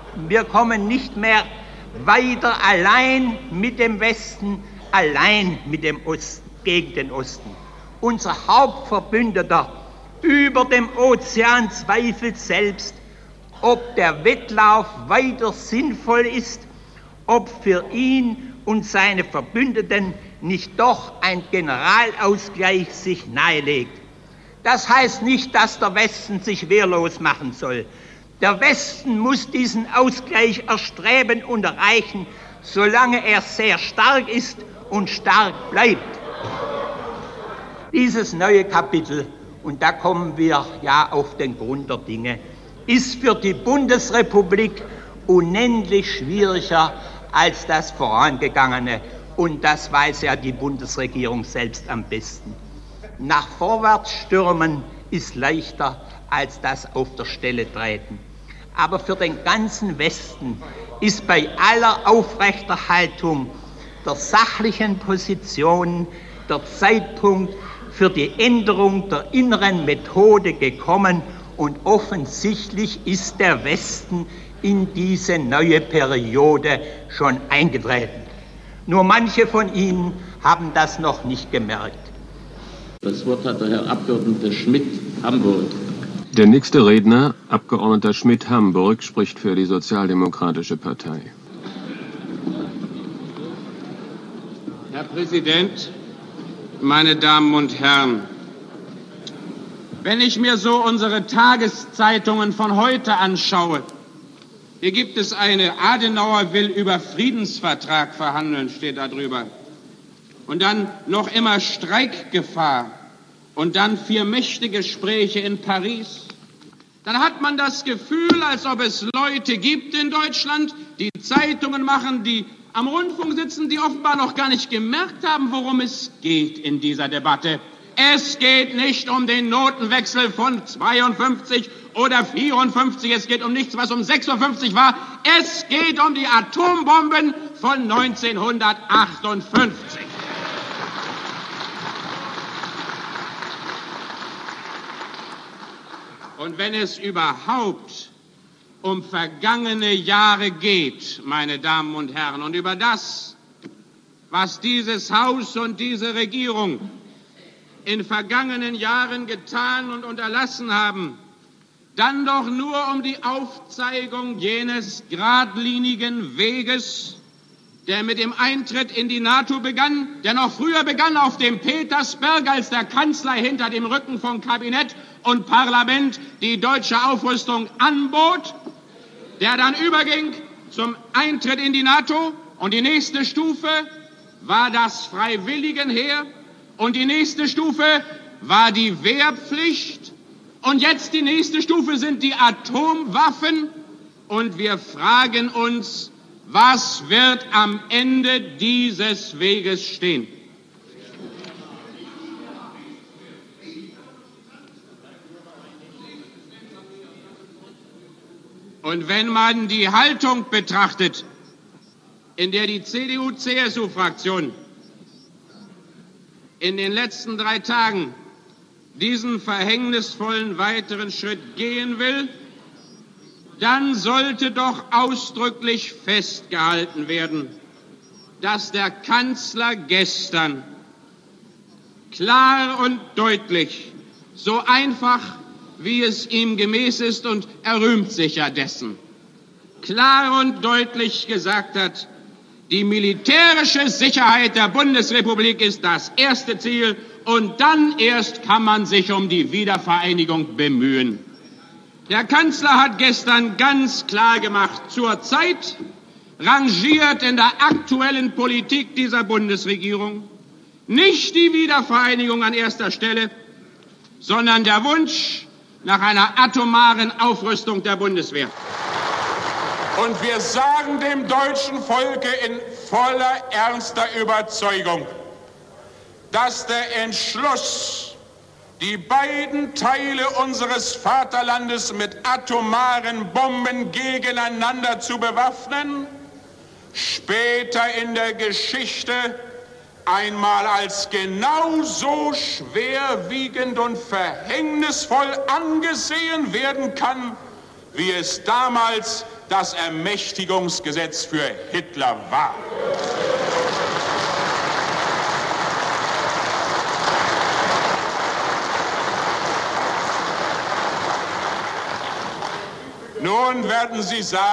weiter allein mit dem Westen, allein mit dem Osten, gegen den Osten. Unser Hauptverbündeter über dem Ozean zweifelt selbst, ob der Wettlauf weiter sinnvoll ist, ob für ihn und seine Verbündeten nicht doch ein Generalausgleich sich nahelegt. Das heißt nicht, dass der Westen sich wehrlos machen soll. Der Westen muss diesen Ausgleich erstreben und erreichen, solange er sehr stark ist und stark bleibt. Dieses neue Kapitel, und da kommen wir ja auf den Grund der Dinge, ist für die Bundesrepublik unendlich schwieriger als das vorangegangene. Und das weiß ja die Bundesregierung selbst am besten. Nach vorwärts stürmen ist leichter als das auf der Stelle treten. Aber für den ganzen Westen ist bei aller Aufrechterhaltung der sachlichen Position der Zeitpunkt für die Änderung der inneren Methode gekommen, und offensichtlich ist der Westen in diese neue Periode schon eingetreten. Nur manche von Ihnen haben das noch nicht gemerkt. Das Wort hat der Herr Abgeordneter Schmidt, Hamburg. Der nächste Redner, Abgeordneter Schmidt, Hamburg, spricht für die Sozialdemokratische Partei. Herr Präsident, meine Damen und Herren! Wenn ich mir so unsere Tageszeitungen von heute anschaue, hier gibt es eine: Adenauer will über Friedensvertrag verhandeln, steht da drüber. Und dann noch immer Streikgefahr. Und dann 4 Mächtegespräche in Paris. Dann hat man das Gefühl, als ob es Leute gibt in Deutschland, die Zeitungen machen, die am Rundfunk sitzen, die offenbar noch gar nicht gemerkt haben, worum es geht in dieser Debatte. Es geht nicht um den Notenwechsel von 52 oder 54. Es geht um nichts, was um 56 war. Es geht um die Atombomben von 1958. Und wenn es überhaupt um vergangene Jahre geht, meine Damen und Herren, und über das, was dieses Haus und diese Regierung in vergangenen Jahren getan und unterlassen haben, dann doch nur um die Aufzeigung jenes geradlinigen Weges, der mit dem Eintritt in die NATO begann, der noch früher begann auf dem Petersberg, als der Kanzler hinter dem Rücken von Kabinett und Parlament die deutsche Aufrüstung anbot, der dann überging zum Eintritt in die NATO, und die nächste Stufe war das Freiwilligenheer und die nächste Stufe war die Wehrpflicht, Und jetzt die nächste Stufe sind die Atomwaffen. Und wir fragen uns, was wird am Ende dieses Weges stehen? Und wenn man die Haltung betrachtet, in der die CDU-CSU-Fraktion in den letzten 3 Tagen diesen verhängnisvollen weiteren Schritt gehen will, dann sollte doch ausdrücklich festgehalten werden, dass der Kanzler gestern klar und deutlich, so einfach wie es ihm gemäß ist, und er rühmt sich ja dessen, klar und deutlich gesagt hat, die militärische Sicherheit der Bundesrepublik ist das erste Ziel und dann erst kann man sich um die Wiedervereinigung bemühen. Der Kanzler hat gestern ganz klar gemacht, zurzeit rangiert in der aktuellen Politik dieser Bundesregierung nicht die Wiedervereinigung an erster Stelle, sondern der Wunsch nach einer atomaren Aufrüstung der Bundeswehr. Und wir sagen dem deutschen Volke in voller ernster Überzeugung, dass der Entschluss, die beiden Teile unseres Vaterlandes mit atomaren Bomben gegeneinander zu bewaffnen, später in der Geschichte einmal als genauso schwerwiegend und verhängnisvoll angesehen werden kann, wie es damals das Ermächtigungsgesetz für Hitler war. Nun werden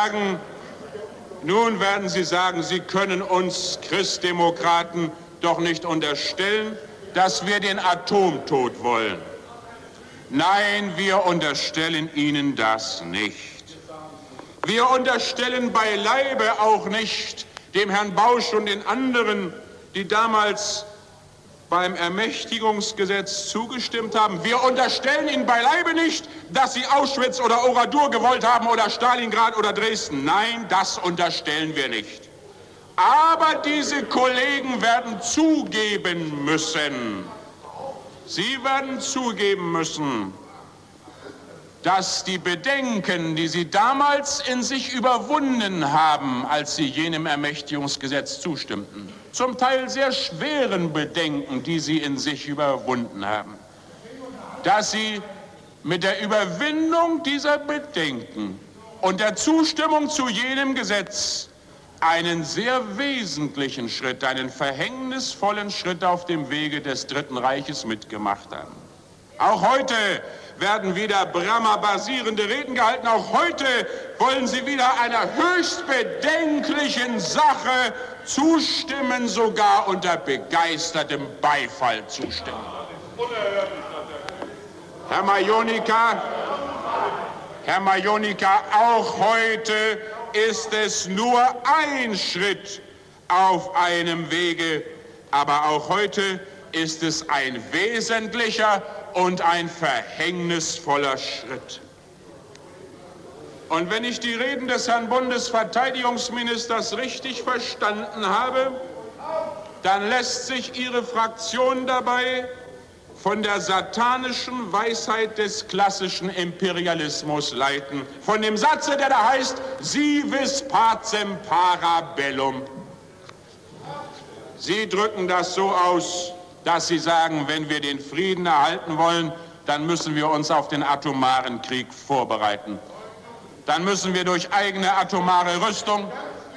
Sie sagen, Sie können uns Christdemokraten doch nicht unterstellen, dass wir den Atomtod wollen. Nein, wir unterstellen Ihnen das nicht. Wir unterstellen beileibe auch nicht dem Herrn Bausch und den anderen, die damals beim Ermächtigungsgesetz zugestimmt haben. Wir unterstellen ihnen beileibe nicht, dass sie Auschwitz oder Oradour gewollt haben oder Stalingrad oder Dresden. Nein, das unterstellen wir nicht. Aber diese Kollegen werden zugeben müssen, sie werden zugeben müssen, dass die Bedenken, die sie damals in sich überwunden haben, als sie jenem Ermächtigungsgesetz zustimmten, zum Teil sehr schweren Bedenken, die sie in sich überwunden haben, dass sie mit der Überwindung dieser Bedenken und der Zustimmung zu jenem Gesetz einen sehr wesentlichen Schritt, einen verhängnisvollen Schritt auf dem Wege des Dritten Reiches mitgemacht haben. Auch heute werden wieder Brahma-basierende Reden gehalten. Auch heute wollen Sie wieder einer höchst bedenklichen Sache zustimmen, sogar unter begeistertem Beifall zustimmen. Herr Majonika, auch heute ist es nur ein Schritt auf einem Wege, aber auch heute ist es ein wesentlicher und ein verhängnisvoller Schritt. Und wenn ich die Reden des Herrn Bundesverteidigungsministers richtig verstanden habe, dann lässt sich Ihre Fraktion dabei von der satanischen Weisheit des klassischen Imperialismus leiten. Von dem Satze, der da heißt, si vis pacem para bellum. Sie drücken das so aus, dass Sie sagen, wenn wir den Frieden erhalten wollen, dann müssen wir uns auf den atomaren Krieg vorbereiten. Dann müssen wir durch eigene atomare Rüstung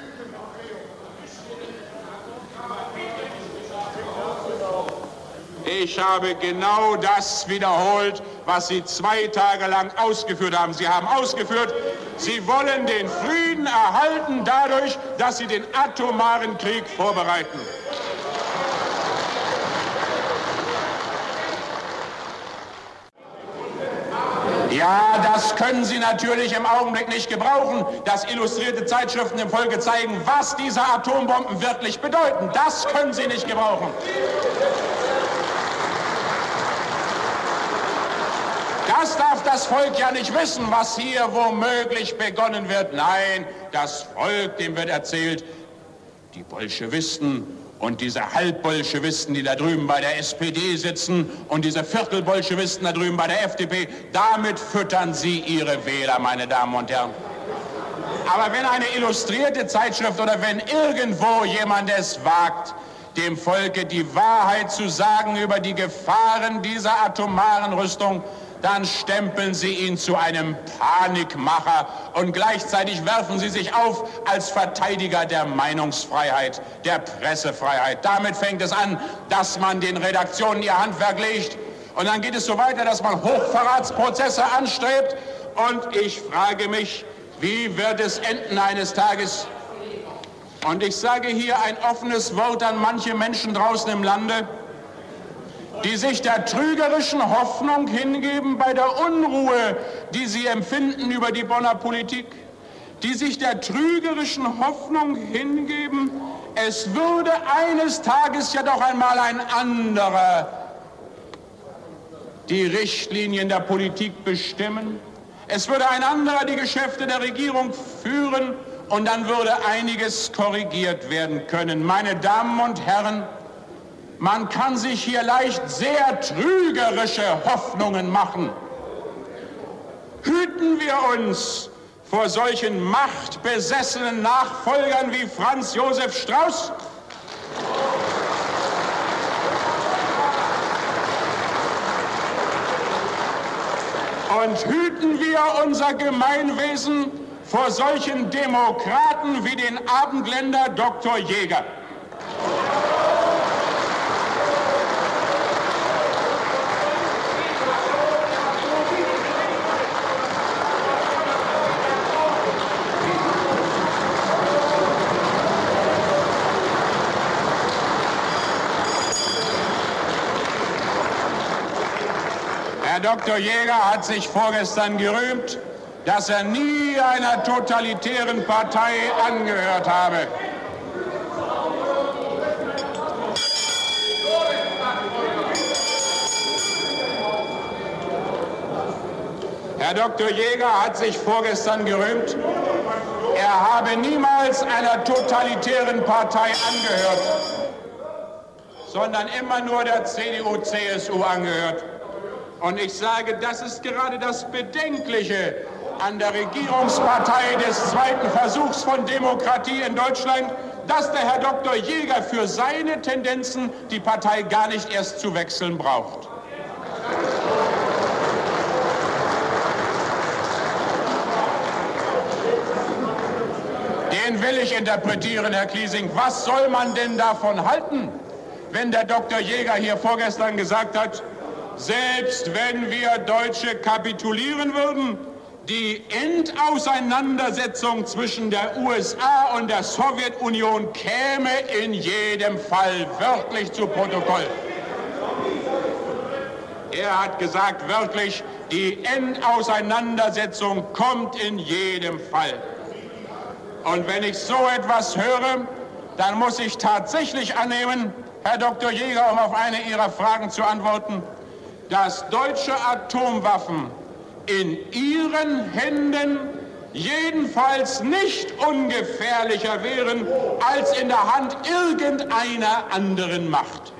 Ich habe genau das wiederholt, was Sie 2 Tage lang ausgeführt haben. Sie haben ausgeführt, Sie wollen den Frieden erhalten dadurch, dass Sie den atomaren Krieg vorbereiten. Ja, das können Sie natürlich im Augenblick nicht gebrauchen, dass illustrierte Zeitschriften dem Volke zeigen, was diese Atombomben wirklich bedeuten. Das können Sie nicht gebrauchen. Das darf das Volk ja nicht wissen, was hier womöglich begonnen wird. Nein, das Volk, dem wird erzählt, die Bolschewisten und diese Halbbolschewisten, die da drüben bei der SPD sitzen und diese Viertelbolschewisten da drüben bei der FDP, damit füttern sie ihre Wähler, meine Damen und Herren. Aber wenn eine illustrierte Zeitschrift oder wenn irgendwo jemand es wagt, dem Volke die Wahrheit zu sagen über die Gefahren dieser atomaren Rüstung, dann stempeln sie ihn zu einem Panikmacher und gleichzeitig werfen sie sich auf als Verteidiger der Meinungsfreiheit, der Pressefreiheit. Damit fängt es an, dass man den Redaktionen ihr Handwerk legt und dann geht es so weiter, dass man Hochverratsprozesse anstrebt und ich frage mich, wie wird es enden eines Tages? Und ich sage hier ein offenes Wort an manche Menschen draußen im Lande, die sich der trügerischen Hoffnung hingeben bei der Unruhe, die sie empfinden über die Bonner Politik, die sich der trügerischen Hoffnung hingeben, es würde eines Tages ja doch einmal ein anderer die Richtlinien der Politik bestimmen, es würde ein anderer die Geschäfte der Regierung führen und dann würde einiges korrigiert werden können. Meine Damen und Herren, man kann sich hier leicht sehr trügerische Hoffnungen machen. Hüten wir uns vor solchen machtbesessenen Nachfolgern wie Franz Josef Strauß. Und hüten wir unser Gemeinwesen vor solchen Demokraten wie den Abendländer Dr. Jäger. Herr Dr. Jäger hat sich vorgestern gerühmt, dass er nie einer totalitären Partei angehört habe. Herr Dr. Jäger hat sich vorgestern gerühmt, er habe niemals einer totalitären Partei angehört, sondern immer nur der CDU-CSU angehört. Und ich sage, das ist gerade das Bedenkliche an der Regierungspartei des zweiten Versuchs von Demokratie in Deutschland, dass der Herr Dr. Jäger für seine Tendenzen die Partei gar nicht erst zu wechseln braucht. Den will ich interpretieren, Herr Kliesing. Was soll man denn davon halten, wenn der Dr. Jäger hier vorgestern gesagt hat, selbst wenn wir Deutsche kapitulieren würden, die Endauseinandersetzung zwischen der USA und der Sowjetunion käme in jedem Fall wörtlich zu Protokoll. Er hat gesagt wörtlich, die Endauseinandersetzung kommt in jedem Fall. Und wenn ich so etwas höre, dann muss ich tatsächlich annehmen, Herr Dr. Jäger, um auf eine Ihrer Fragen zu antworten, dass deutsche Atomwaffen in Ihren Händen jedenfalls nicht ungefährlicher wären als in der Hand irgendeiner anderen Macht.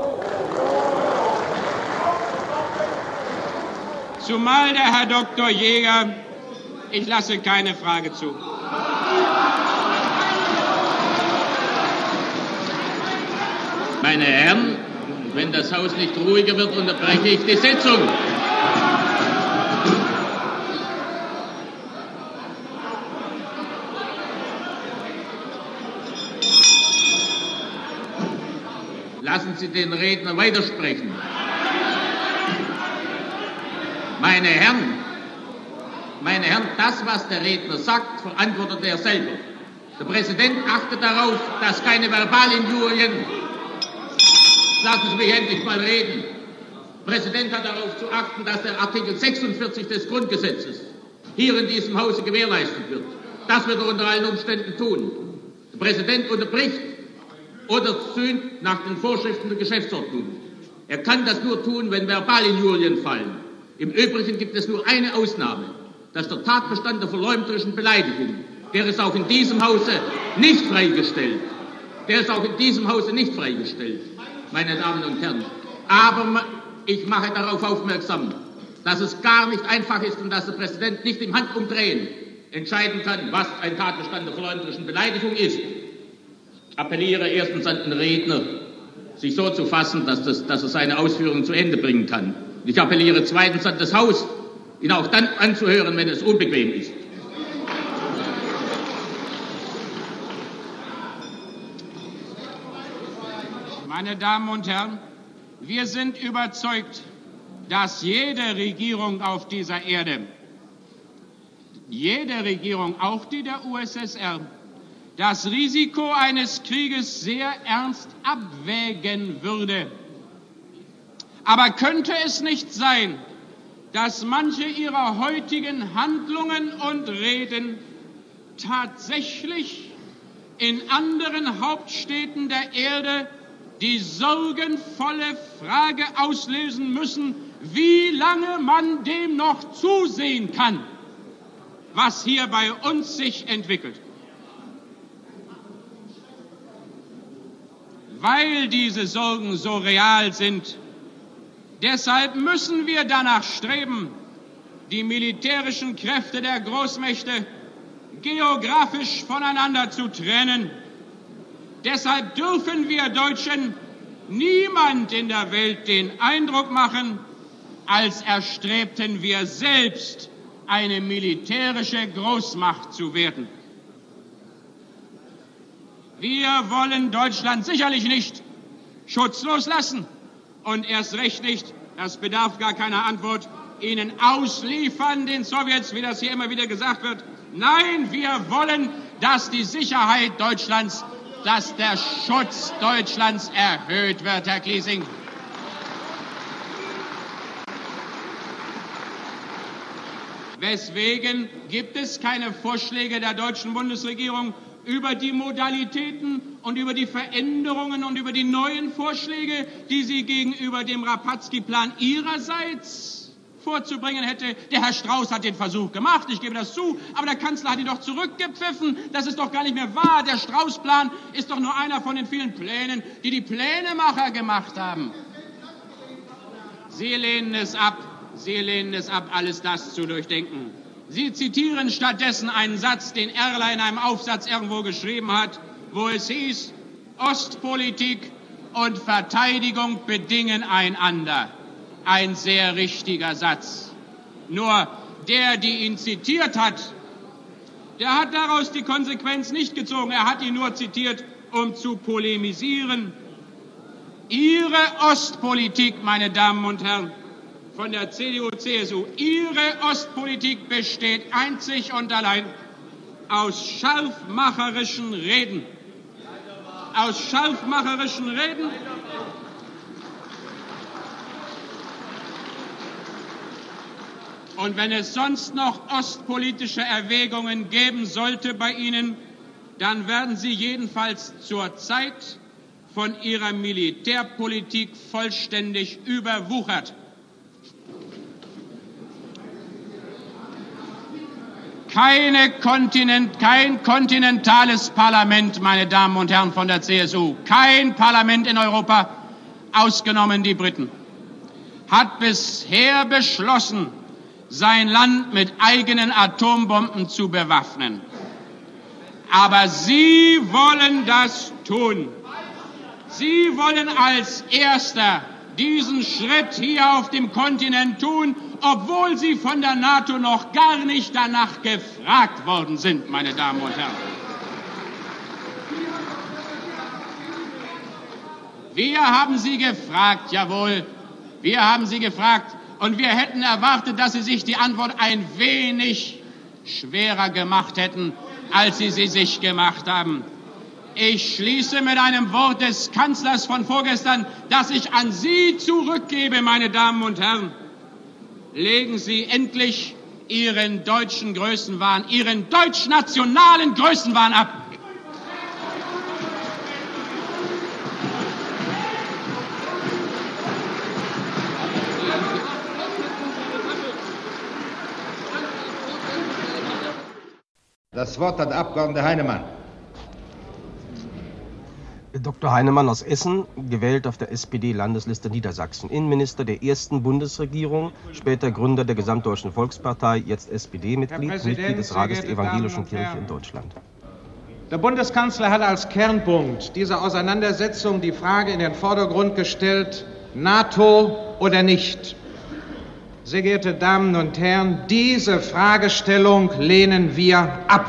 Zumal der Herr Dr. Jäger, ich lasse keine Frage zu. Meine Herren, wenn das Haus nicht ruhiger wird, unterbreche ich die Sitzung. Lassen Sie den Redner weitersprechen. Meine Herren, das, was der Redner sagt, verantwortet er selber. Der Präsident achtet darauf, dass keine Verbalinjurien... Lassen Sie mich endlich mal reden. Der Präsident hat darauf zu achten, dass der Artikel 46 des Grundgesetzes hier in diesem Hause gewährleistet wird. Das wird er unter allen Umständen tun. Der Präsident unterbricht oder sühnt nach den Vorschriften der Geschäftsordnung. Er kann das nur tun, wenn Verbalinjurien fallen. Im Übrigen gibt es nur eine Ausnahme, dass der Tatbestand der verleumderischen Beleidigung, der ist auch in diesem Hause nicht freigestellt. Der ist auch in diesem Hause nicht freigestellt, meine Damen und Herren. Aber ich mache darauf aufmerksam, dass es gar nicht einfach ist und dass der Präsident nicht im Handumdrehen entscheiden kann, was ein Tatbestand der verleumderischen Beleidigung ist. Ich appelliere erstens an den Redner, sich so zu fassen, dass er seine Ausführungen zu Ende bringen kann. Ich appelliere zweitens an das Haus, ihn auch dann anzuhören, wenn es unbequem ist. Meine Damen und Herren, wir sind überzeugt, dass jede Regierung auf dieser Erde, jede Regierung, auch die der USSR, das Risiko eines Krieges sehr ernst abwägen würde. Aber könnte es nicht sein, dass manche ihrer heutigen Handlungen und Reden tatsächlich in anderen Hauptstädten der Erde die sorgenvolle Frage auslösen müssen, wie lange man dem noch zusehen kann, was hier bei uns sich entwickelt? Weil diese Sorgen so real sind, deshalb müssen wir danach streben, die militärischen Kräfte der Großmächte geografisch voneinander zu trennen. Deshalb dürfen wir Deutschen niemand in der Welt den Eindruck machen, als erstrebten wir selbst eine militärische Großmacht zu werden. Wir wollen Deutschland sicherlich nicht schutzlos lassen und erst recht nicht, das bedarf gar keiner Antwort, ihnen ausliefern, den Sowjets, wie das hier immer wieder gesagt wird. Nein, wir wollen, dass die Sicherheit Deutschlands, dass der Schutz Deutschlands erhöht wird, Herr Kliesing. Weswegen gibt es keine Vorschläge der deutschen Bundesregierung über die Modalitäten und über die Veränderungen und über die neuen Vorschläge, die sie gegenüber dem Rapatzky-Plan ihrerseits vorzubringen hätte? Der Herr Strauß hat den Versuch gemacht, ich gebe das zu, aber der Kanzler hat ihn doch zurückgepfiffen. Das ist doch gar nicht mehr wahr. Der Strauß-Plan ist doch nur einer von den vielen Plänen, die die Plänemacher gemacht haben. Sie lehnen es ab, alles das zu durchdenken. Sie zitieren stattdessen einen Satz, den Erler in einem Aufsatz irgendwo geschrieben hat, wo es hieß, Ostpolitik und Verteidigung bedingen einander. Ein sehr richtiger Satz. Nur der ihn zitiert hat, der hat daraus die Konsequenz nicht gezogen. Er hat ihn nur zitiert, um zu polemisieren. Ihre Ostpolitik, meine Damen und Herren, von der CDU-CSU, Ihre Ostpolitik besteht einzig und allein aus scharfmacherischen Reden. Aus scharfmacherischen Reden. Und wenn es sonst noch ostpolitische Erwägungen geben sollte bei Ihnen, dann werden sie jedenfalls zurzeit von Ihrer Militärpolitik vollständig überwuchert. Kein kontinentales Parlament, meine Damen und Herren von der CSU, kein Parlament in Europa, ausgenommen die Briten, hat bisher beschlossen, sein Land mit eigenen Atombomben zu bewaffnen. Aber Sie wollen das tun. Sie wollen als Erster diesen Schritt hier auf dem Kontinent tun, obwohl Sie von der NATO noch gar nicht danach gefragt worden sind, meine Damen und Herren. Wir haben Sie gefragt, jawohl, wir haben Sie gefragt, und wir hätten erwartet, dass Sie sich die Antwort ein wenig schwerer gemacht hätten, als Sie sich gemacht haben. Ich schließe mit einem Wort des Kanzlers von vorgestern, das ich an Sie zurückgebe, meine Damen und Herren. Legen Sie endlich Ihren deutschen Größenwahn, Ihren deutschnationalen Größenwahn ab. Das Wort hat der Abgeordnete Heinemann. Dr. Heinemann aus Essen, gewählt auf der SPD-Landesliste Niedersachsen, Innenminister der ersten Bundesregierung, später Gründer der Gesamtdeutschen Volkspartei, jetzt SPD-Mitglied, Mitglied des Rates der Evangelischen Kirche in Deutschland. Der Bundeskanzler hat als Kernpunkt dieser Auseinandersetzung die Frage in den Vordergrund gestellt, NATO oder nicht. Sehr geehrte Damen und Herren, diese Fragestellung lehnen wir ab.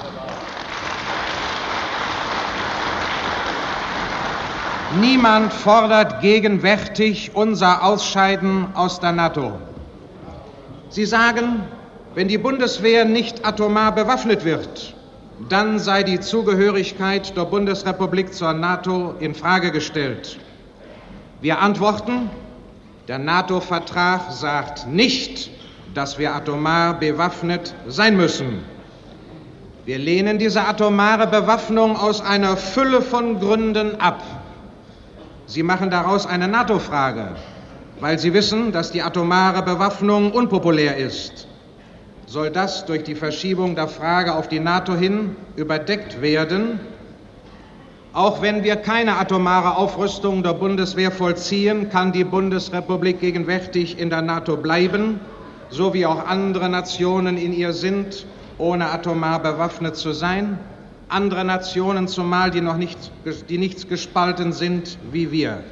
Niemand fordert gegenwärtig unser Ausscheiden aus der NATO. Sie sagen, wenn die Bundeswehr nicht atomar bewaffnet wird, dann sei die Zugehörigkeit der Bundesrepublik zur NATO in Frage gestellt. Wir antworten, der NATO-Vertrag sagt nicht, dass wir atomar bewaffnet sein müssen. Wir lehnen diese atomare Bewaffnung aus einer Fülle von Gründen ab. Sie machen daraus eine NATO-Frage, weil Sie wissen, dass die atomare Bewaffnung unpopulär ist. Soll das durch die Verschiebung der Frage auf die NATO hin überdeckt werden? Auch wenn wir keine atomare Aufrüstung der Bundeswehr vollziehen, kann die Bundesrepublik gegenwärtig in der NATO bleiben, so wie auch andere Nationen in ihr sind, ohne atomar bewaffnet zu sein. Andere Nationen, zumal die nicht gespalten sind wie wir.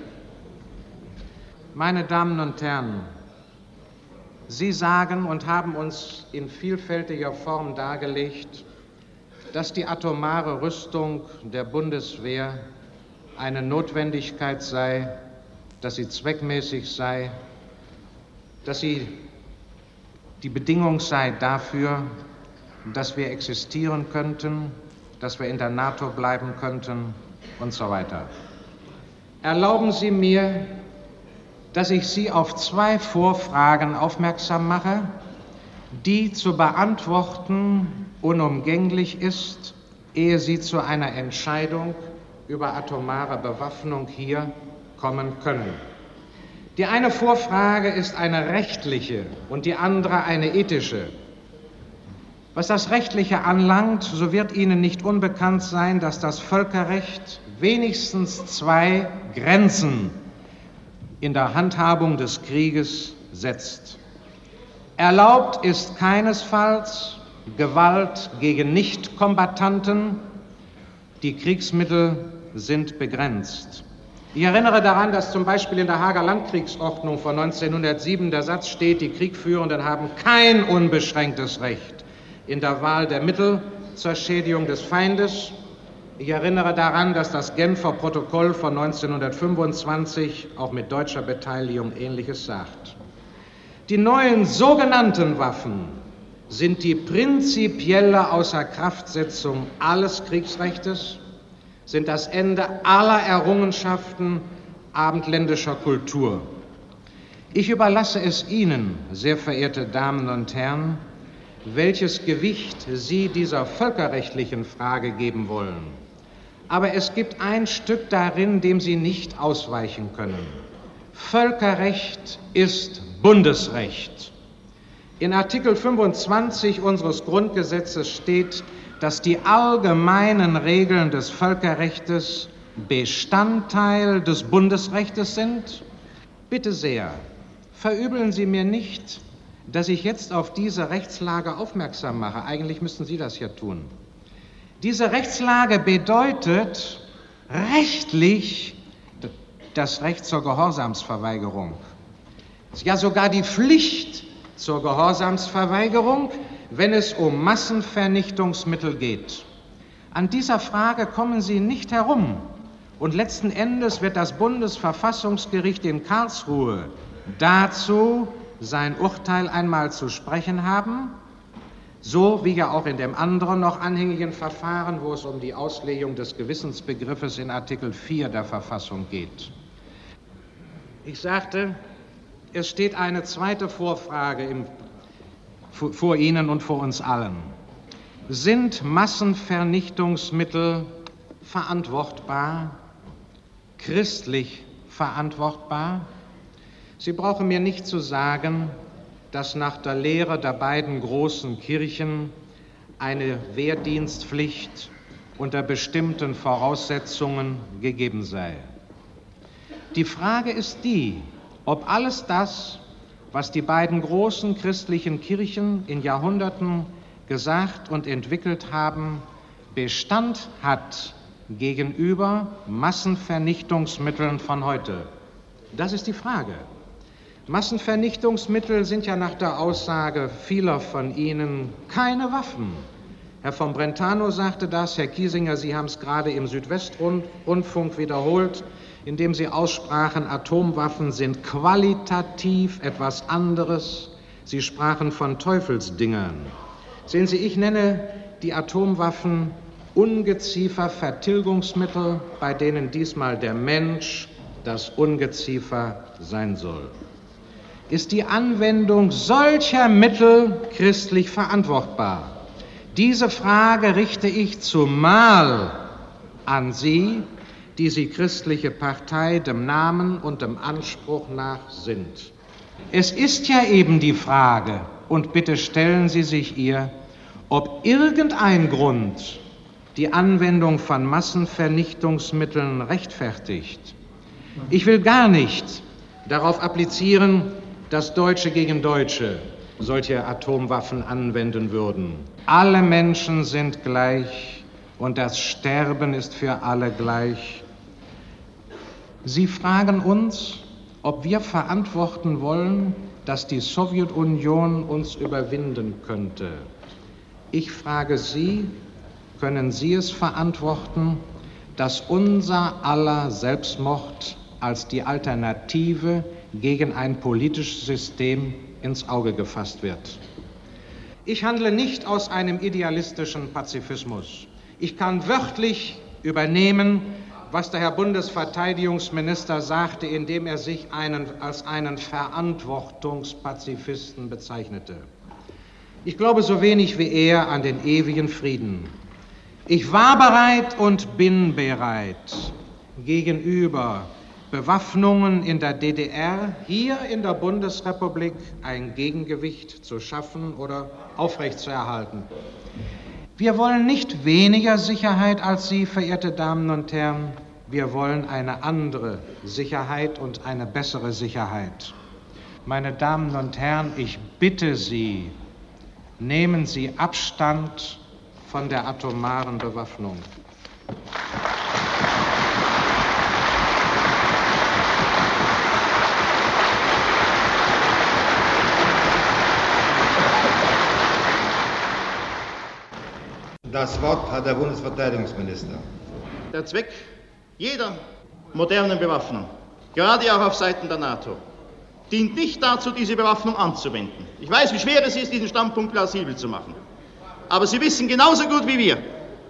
Meine Damen und Herren, Sie sagen und haben uns in vielfältiger Form dargelegt, dass die atomare Rüstung der Bundeswehr eine Notwendigkeit sei, dass sie zweckmäßig sei, dass sie die Bedingung sei dafür, dass wir existieren könnten, dass wir in der NATO bleiben könnten und so weiter. Erlauben Sie mir, dass ich Sie auf zwei Vorfragen aufmerksam mache, die zu beantworten unumgänglich ist, ehe Sie zu einer Entscheidung über atomare Bewaffnung hier kommen können. Die eine Vorfrage ist eine rechtliche und die andere eine ethische. Was das Rechtliche anlangt, so wird Ihnen nicht unbekannt sein, dass das Völkerrecht wenigstens zwei Grenzen in der Handhabung des Krieges setzt. Erlaubt ist keinesfalls Gewalt gegen Nichtkombattanten. Die Kriegsmittel sind begrenzt. Ich erinnere daran, dass zum Beispiel in der Haager Landkriegsordnung von 1907 der Satz steht, die Kriegführenden haben kein unbeschränktes Recht in der Wahl der Mittel zur Schädigung des Feindes. Ich erinnere daran, dass das Genfer Protokoll von 1925 auch mit deutscher Beteiligung Ähnliches sagt. Die neuen sogenannten Waffen sind die prinzipielle Außerkraftsetzung alles Kriegsrechtes, sind das Ende aller Errungenschaften abendländischer Kultur. Ich überlasse es Ihnen, sehr verehrte Damen und Herren, welches Gewicht Sie dieser völkerrechtlichen Frage geben wollen. Aber es gibt ein Stück darin, dem Sie nicht ausweichen können. Völkerrecht ist Bundesrecht. In Artikel 25 unseres Grundgesetzes steht, dass die allgemeinen Regeln des Völkerrechtes Bestandteil des Bundesrechtes sind. Bitte sehr, verübeln Sie mir nicht, dass ich jetzt auf diese Rechtslage aufmerksam mache. Eigentlich müssten Sie das ja tun. Diese Rechtslage bedeutet rechtlich das Recht zur Gehorsamsverweigerung. Ja, sogar die Pflicht zur Gehorsamsverweigerung, wenn es um Massenvernichtungsmittel geht. An dieser Frage kommen Sie nicht herum. Und letzten Endes wird das Bundesverfassungsgericht in Karlsruhe dazu sein Urteil einmal zu sprechen haben, so wie ja auch in dem anderen noch anhängigen Verfahren, wo es um die Auslegung des Gewissensbegriffes in Artikel 4 der Verfassung geht. Ich sagte, es steht eine zweite Vorfrage vor Ihnen und vor uns allen. Sind Massenvernichtungsmittel verantwortbar, christlich verantwortbar? Sie brauchen mir nicht zu sagen, dass nach der Lehre der beiden großen Kirchen eine Wehrdienstpflicht unter bestimmten Voraussetzungen gegeben sei. Die Frage ist die, ob alles das, was die beiden großen christlichen Kirchen in Jahrhunderten gesagt und entwickelt haben, Bestand hat gegenüber Massenvernichtungsmitteln von heute. Das ist die Frage. Massenvernichtungsmittel sind ja nach der Aussage vieler von Ihnen keine Waffen. Herr von Brentano sagte das, Herr Kiesinger, Sie haben es gerade im Südwestrundfunk wiederholt, indem Sie aussprachen, Atomwaffen sind qualitativ etwas anderes. Sie sprachen von Teufelsdingern. Sehen Sie, ich nenne die Atomwaffen Ungeziefer-Vertilgungsmittel, bei denen diesmal der Mensch das Ungeziefer sein soll. Ist die Anwendung solcher Mittel christlich verantwortbar? Diese Frage richte ich zumal an Sie, die Sie christliche Partei dem Namen und dem Anspruch nach sind. Es ist ja eben die Frage, und bitte stellen Sie sich ihr, ob irgendein Grund die Anwendung von Massenvernichtungsmitteln rechtfertigt. Ich will gar nicht darauf applizieren, dass Deutsche gegen Deutsche solche Atomwaffen anwenden würden. Alle Menschen sind gleich und das Sterben ist für alle gleich. Sie fragen uns, ob wir verantworten wollen, dass die Sowjetunion uns überwinden könnte. Ich frage Sie, können Sie es verantworten, dass unser aller Selbstmord als die Alternative gegen ein politisches System ins Auge gefasst wird? Ich handle nicht aus einem idealistischen Pazifismus. Ich kann wörtlich übernehmen, was der Herr Bundesverteidigungsminister sagte, indem er sich als einen Verantwortungspazifisten bezeichnete. Ich glaube so wenig wie er an den ewigen Frieden. Ich war bereit und bin bereit, gegenüber Bewaffnungen in der DDR hier in der Bundesrepublik ein Gegengewicht zu schaffen oder aufrechtzuerhalten. Wir wollen nicht weniger Sicherheit als Sie, verehrte Damen und Herren. Wir wollen eine andere Sicherheit und eine bessere Sicherheit. Meine Damen und Herren, ich bitte Sie, nehmen Sie Abstand von der atomaren Bewaffnung. Das Wort hat der Bundesverteidigungsminister. Der Zweck jeder modernen Bewaffnung, gerade auch auf Seiten der NATO, dient nicht dazu, diese Bewaffnung anzuwenden. Ich weiß, wie schwer es ist, diesen Standpunkt plausibel zu machen. Aber Sie wissen genauso gut wie wir,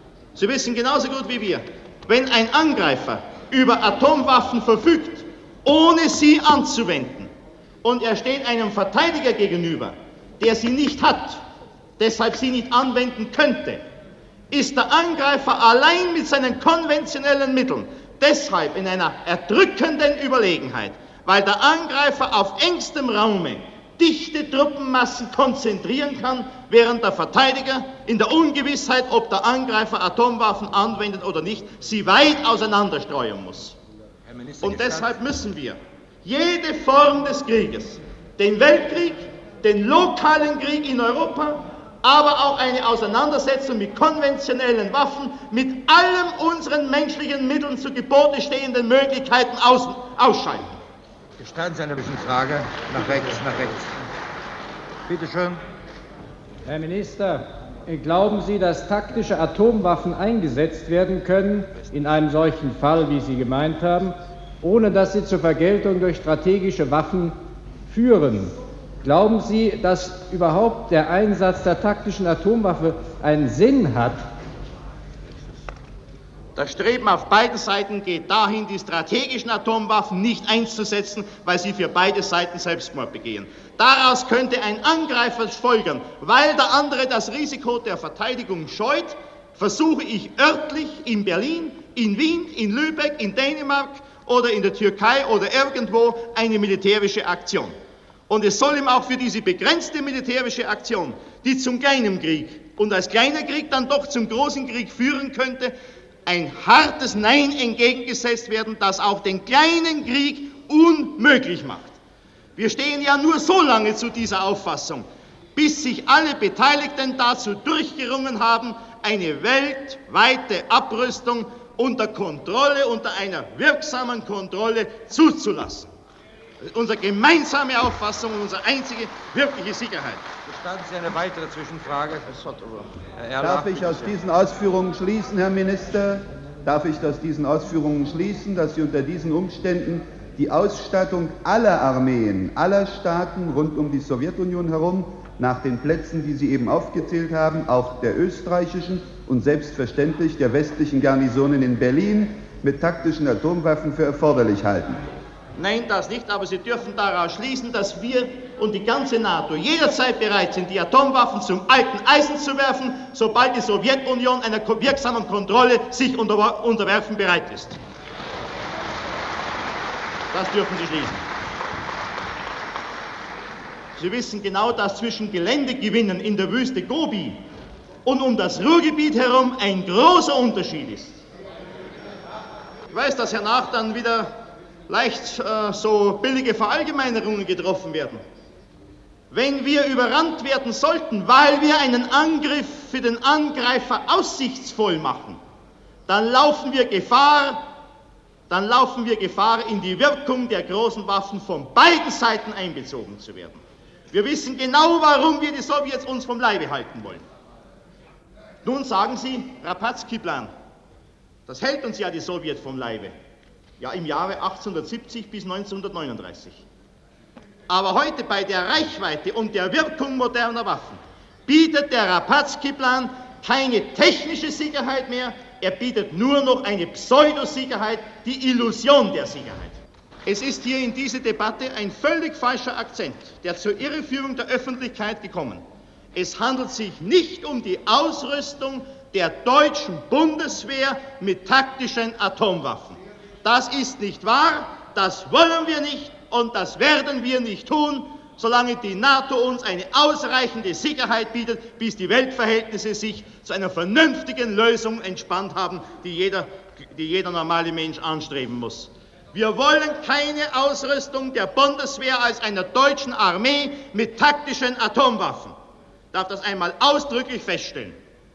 wenn ein Angreifer über Atomwaffen verfügt, ohne sie anzuwenden, und er steht einem Verteidiger gegenüber, der sie nicht hat, deshalb sie nicht anwenden könnte, ist der Angreifer allein mit seinen konventionellen Mitteln deshalb in einer erdrückenden Überlegenheit, weil der Angreifer auf engstem Raume dichte Truppenmassen konzentrieren kann, während der Verteidiger in der Ungewissheit, ob der Angreifer Atomwaffen anwendet oder nicht, sie weit auseinanderstreuen muss. Und deshalb müssen wir jede Form des Krieges, den Weltkrieg, den lokalen Krieg in Europa, aber auch eine Auseinandersetzung mit konventionellen Waffen, mit allen unseren menschlichen Mitteln zu Gebote stehenden Möglichkeiten ausschalten. Gestatten Sie eine Frage. Nach rechts. Bitte schön. Herr Minister, glauben Sie, dass taktische Atomwaffen eingesetzt werden können, in einem solchen Fall, wie Sie gemeint haben, ohne dass sie zur Vergeltung durch strategische Waffen führen? Glauben Sie, dass überhaupt der Einsatz der taktischen Atomwaffe einen Sinn hat? Das Streben auf beiden Seiten geht dahin, die strategischen Atomwaffen nicht einzusetzen, weil sie für beide Seiten Selbstmord begehen. Daraus könnte ein Angreifer folgern, weil der andere das Risiko der Verteidigung scheut, versuche ich örtlich in Berlin, in Wien, in Lübeck, in Dänemark oder in der Türkei oder irgendwo eine militärische Aktion. Und es soll ihm auch für diese begrenzte militärische Aktion, die zum kleinen Krieg und als kleiner Krieg dann doch zum großen Krieg führen könnte, ein hartes Nein entgegengesetzt werden, das auch den kleinen Krieg unmöglich macht. Wir stehen ja nur so lange zu dieser Auffassung, bis sich alle Beteiligten dazu durchgerungen haben, eine weltweite Abrüstung unter Kontrolle, unter einer wirksamen Kontrolle zuzulassen. Das ist unsere gemeinsame Auffassung und unsere einzige wirkliche Sicherheit. Gestatten Sie eine weitere Zwischenfrage? Herr Erler. Darf ich aus diesen Ausführungen schließen, Herr Minister, dass Sie unter diesen Umständen die Ausstattung aller Armeen, aller Staaten rund um die Sowjetunion herum nach den Plätzen, die Sie eben aufgezählt haben, auch der österreichischen und selbstverständlich der westlichen Garnisonen in Berlin mit taktischen Atomwaffen für erforderlich halten? Nein, das nicht, aber Sie dürfen daraus schließen, dass wir und die ganze NATO jederzeit bereit sind, die Atomwaffen zum alten Eisen zu werfen, sobald die Sowjetunion einer wirksamen Kontrolle sich unterwerfen bereit ist. Das dürfen Sie schließen. Sie wissen genau, dass zwischen Geländegewinnen in der Wüste Gobi und um das Ruhrgebiet herum ein großer Unterschied ist. Ich weiß, dass hernach dann wieder leicht so billige Verallgemeinerungen getroffen werden. Wenn wir überrannt werden sollten, weil wir einen Angriff für den Angreifer aussichtsvoll machen, dann laufen wir Gefahr, in die Wirkung der großen Waffen von beiden Seiten einbezogen zu werden. Wir wissen genau, warum wir die Sowjets uns vom Leibe halten wollen. Nun sagen Sie, Rapatzky-Plan, das hält uns ja die Sowjets vom Leibe. Ja, im Jahre 1870 bis 1939. Aber heute bei der Reichweite und der Wirkung moderner Waffen bietet der Rapatzky-Plan keine technische Sicherheit mehr, er bietet nur noch eine Pseudosicherheit, die Illusion der Sicherheit. Es ist hier in dieser Debatte ein völlig falscher Akzent, der zur Irreführung der Öffentlichkeit gekommen. Es handelt sich nicht um die Ausrüstung der deutschen Bundeswehr mit taktischen Atomwaffen. Das ist nicht wahr, das wollen wir nicht und das werden wir nicht tun, solange die NATO uns eine ausreichende Sicherheit bietet, bis die Weltverhältnisse sich zu einer vernünftigen Lösung entspannt haben, die jeder normale Mensch anstreben muss. Wir wollen keine Ausrüstung der Bundeswehr als einer deutschen Armee mit taktischen Atomwaffen. Ich darf das einmal ausdrücklich feststellen.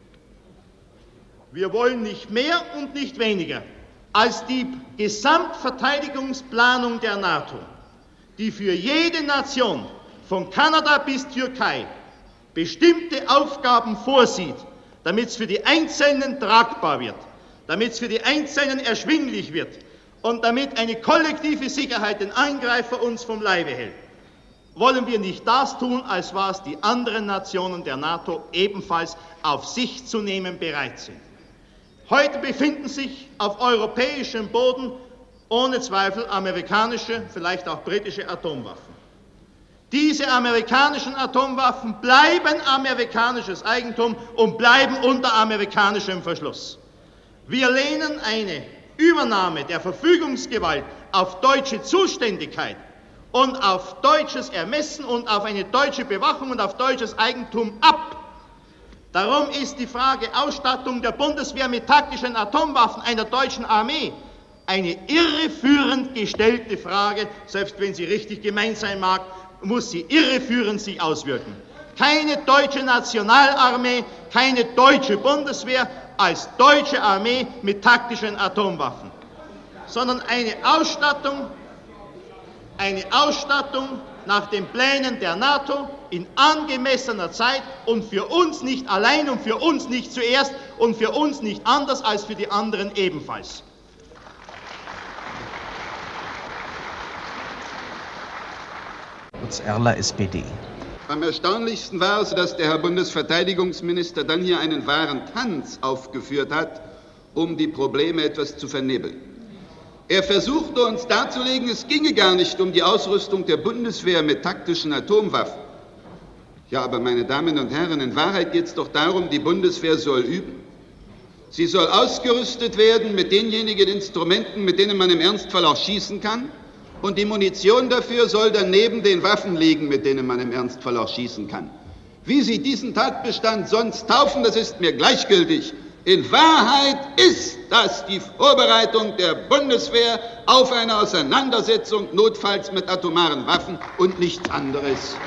Wir wollen nicht mehr und nicht weniger als die Gesamtverteidigungsplanung der NATO, die für jede Nation, von Kanada bis Türkei, bestimmte Aufgaben vorsieht, damit es für die Einzelnen tragbar wird, damit es für die Einzelnen erschwinglich wird und damit eine kollektive Sicherheit den Angreifer uns vom Leibe hält. Wollen wir nicht das tun, als was die anderen Nationen der NATO ebenfalls auf sich zu nehmen bereit sind? Heute befinden sich auf europäischem Boden ohne Zweifel amerikanische, vielleicht auch britische Atomwaffen. Diese amerikanischen Atomwaffen bleiben amerikanisches Eigentum und bleiben unter amerikanischem Verschluss. Wir lehnen eine Übernahme der Verfügungsgewalt auf deutsche Zuständigkeit und auf deutsches Ermessen und auf eine deutsche Bewachung und auf deutsches Eigentum ab. Darum ist die Frage Ausstattung der Bundeswehr mit taktischen Atomwaffen einer deutschen Armee eine irreführend gestellte Frage. Selbst wenn sie richtig gemeint sein mag, muss sie irreführend sich auswirken. Keine deutsche Nationalarmee, keine deutsche Bundeswehr als deutsche Armee mit taktischen Atomwaffen, sondern eine Ausstattung nach den Plänen der NATO in angemessener Zeit und für uns nicht allein und für uns nicht zuerst und für uns nicht anders als für die anderen ebenfalls. Fritz Erler, SPD. Am erstaunlichsten war es, dass der Herr Bundesverteidigungsminister dann hier einen wahren Tanz aufgeführt hat, um die Probleme etwas zu vernebeln. Er versuchte uns darzulegen, es ginge gar nicht um die Ausrüstung der Bundeswehr mit taktischen Atomwaffen. Ja, aber meine Damen und Herren, in Wahrheit geht es doch darum, die Bundeswehr soll üben. Sie soll ausgerüstet werden mit denjenigen Instrumenten, mit denen man im Ernstfall auch schießen kann. Und die Munition dafür soll dann neben den Waffen liegen, mit denen man im Ernstfall auch schießen kann. Wie Sie diesen Tatbestand sonst taufen, das ist mir gleichgültig. In Wahrheit ist das die Vorbereitung der Bundeswehr auf eine Auseinandersetzung, notfalls mit atomaren Waffen und nichts anderes.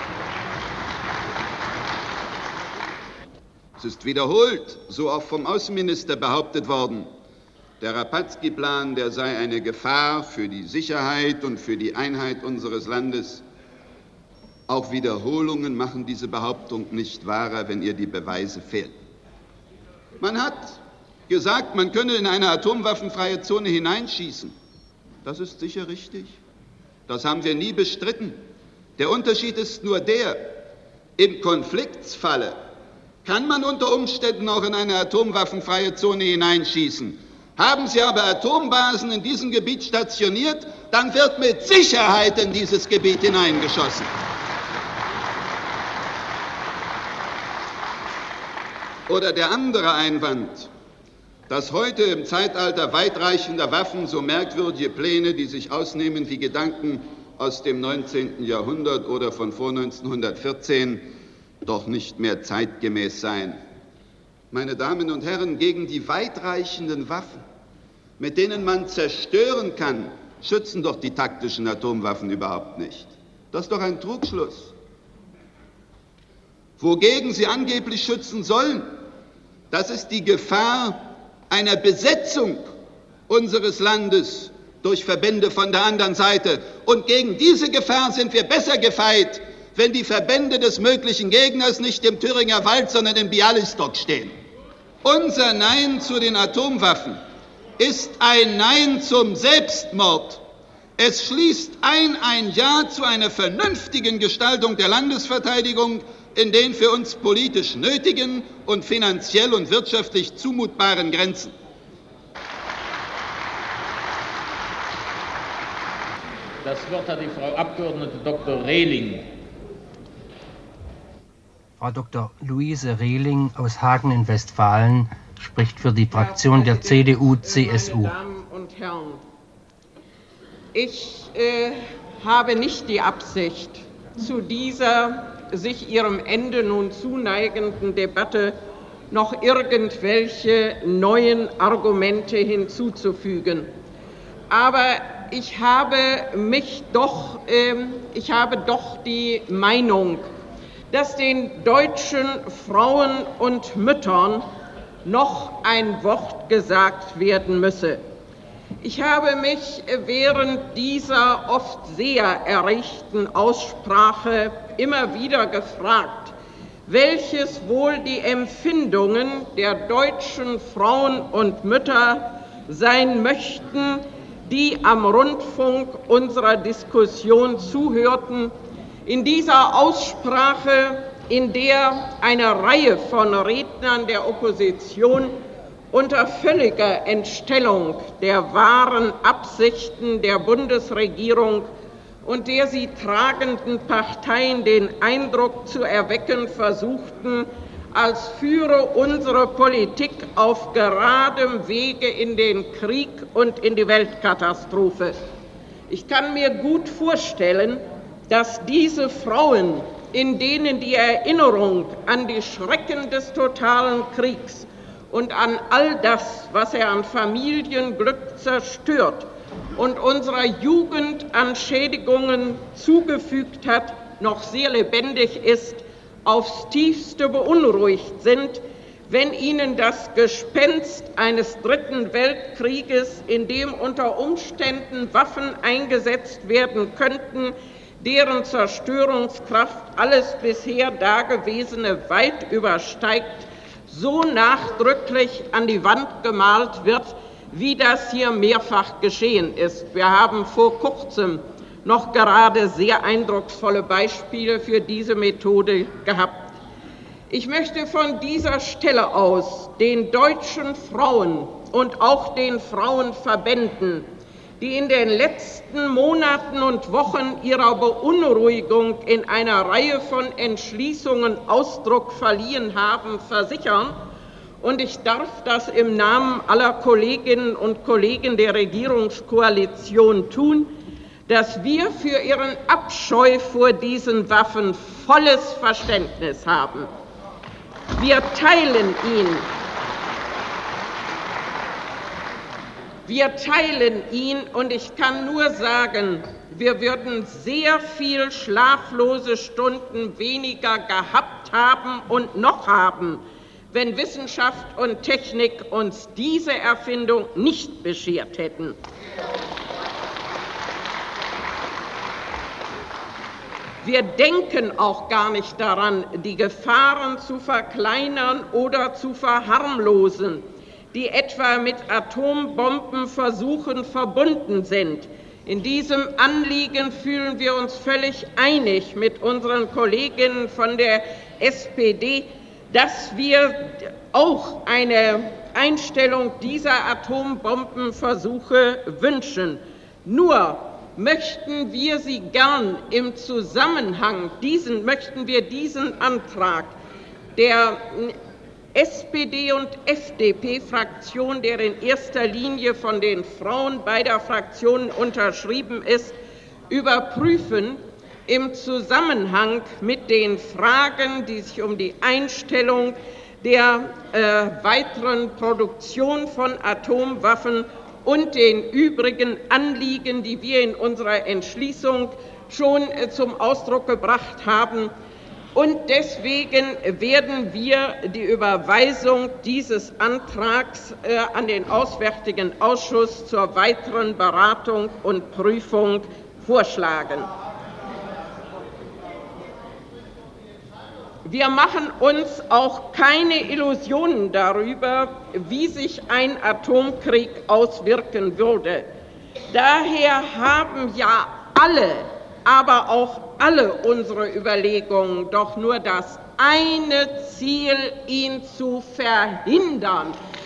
Es ist wiederholt, so auch vom Außenminister behauptet worden, der Rapatzky-Plan, der sei eine Gefahr für die Sicherheit und für die Einheit unseres Landes. Auch Wiederholungen machen diese Behauptung nicht wahrer, wenn ihr die Beweise fehlen. Man hat gesagt, man könne in eine atomwaffenfreie Zone hineinschießen. Das ist sicher richtig. Das haben wir nie bestritten. Der Unterschied ist nur der, im Konfliktsfalle kann man unter Umständen auch in eine atomwaffenfreie Zone hineinschießen. Haben Sie aber Atombasen in diesem Gebiet stationiert, dann wird mit Sicherheit in dieses Gebiet hineingeschossen. Oder der andere Einwand, dass heute im Zeitalter weitreichender Waffen so merkwürdige Pläne, die sich ausnehmen wie Gedanken aus dem 19. Jahrhundert oder von vor 1914, doch nicht mehr zeitgemäß seien. Meine Damen und Herren, gegen die weitreichenden Waffen, mit denen man zerstören kann, schützen doch die taktischen Atomwaffen überhaupt nicht. Das ist doch ein Trugschluss. Wogegen sie angeblich schützen sollen, das ist die Gefahr einer Besetzung unseres Landes durch Verbände von der anderen Seite. Und gegen diese Gefahr sind wir besser gefeit, wenn die Verbände des möglichen Gegners nicht im Thüringer Wald, sondern in Bialystok stehen. Unser Nein zu den Atomwaffen ist ein Nein zum Selbstmord. Es schließt ein Ja zu einer vernünftigen Gestaltung der Landesverteidigung in den für uns politisch nötigen und finanziell und wirtschaftlich zumutbaren Grenzen. Das Wort hat die Frau Abgeordnete Dr. Rehling. Frau Dr. Luise Rehling aus Hagen in Westfalen spricht für die Fraktion der CDU-CSU. Meine Damen und Herren, ich habe nicht die Absicht, zu dieser sich ihrem Ende nun zuneigenden Debatte noch irgendwelche neuen Argumente hinzuzufügen. Aber ich habe doch die Meinung, dass den deutschen Frauen und Müttern noch ein Wort gesagt werden müsse. Ich habe mich während dieser oft sehr erregten Aussprache immer wieder gefragt, welches wohl die Empfindungen der deutschen Frauen und Mütter sein möchten, die am Rundfunk unserer Diskussion zuhörten, in dieser Aussprache, in der eine Reihe von Rednern der Opposition unter völliger Entstellung der wahren Absichten der Bundesregierung und der sie tragenden Parteien den Eindruck zu erwecken versuchten, als führe unsere Politik auf geradem Wege in den Krieg und in die Weltkatastrophe. Ich kann mir gut vorstellen, dass diese Frauen, in denen die Erinnerung an die Schrecken des totalen Kriegs und an all das, was er an Familienglück zerstört und unserer Jugend an Schädigungen zugefügt hat, noch sehr lebendig ist, aufs tiefste beunruhigt sind, wenn ihnen das Gespenst eines Dritten Weltkrieges, in dem unter Umständen Waffen eingesetzt werden könnten, deren Zerstörungskraft alles bisher Dagewesene weit übersteigt, so nachdrücklich an die Wand gemalt wird, wie das hier mehrfach geschehen ist. Wir haben vor kurzem noch gerade sehr eindrucksvolle Beispiele für diese Methode gehabt. Ich möchte von dieser Stelle aus den deutschen Frauen und auch den Frauenverbänden, die in den letzten Monaten und Wochen ihrer Beunruhigung in einer Reihe von Entschließungen Ausdruck verliehen haben, versichern, und ich darf das im Namen aller Kolleginnen und Kollegen der Regierungskoalition tun, dass wir für ihren Abscheu vor diesen Waffen volles Verständnis haben. Wir teilen ihn und ich kann nur sagen, wir würden sehr viel schlaflose Stunden weniger gehabt haben und noch haben, wenn Wissenschaft und Technik uns diese Erfindung nicht beschert hätten. Wir denken auch gar nicht daran, die Gefahren zu verkleinern oder zu verharmlosen, die etwa mit Atombombenversuchen verbunden sind. In diesem Anliegen fühlen wir uns völlig einig mit unseren Kolleginnen von der SPD, dass wir auch eine Einstellung dieser Atombombenversuche wünschen. Nur möchten wir Sie gern im Zusammenhang, möchten wir diesen Antrag der SPD- und FDP-Fraktion, der in erster Linie von den Frauen beider Fraktionen unterschrieben ist, überprüfen im Zusammenhang mit den Fragen, die sich um die Einstellung der weiteren Produktion von Atomwaffen und den übrigen Anliegen, die wir in unserer Entschließung schon zum Ausdruck gebracht haben. Und deswegen werden wir die Überweisung dieses Antrags an den Auswärtigen Ausschuss zur weiteren Beratung und Prüfung vorschlagen. Wir machen uns auch keine Illusionen darüber, wie sich ein Atomkrieg auswirken würde. Daher haben ja alle, aber auch alle unsere Überlegungen doch nur das eine Ziel, ihn zu verhindern.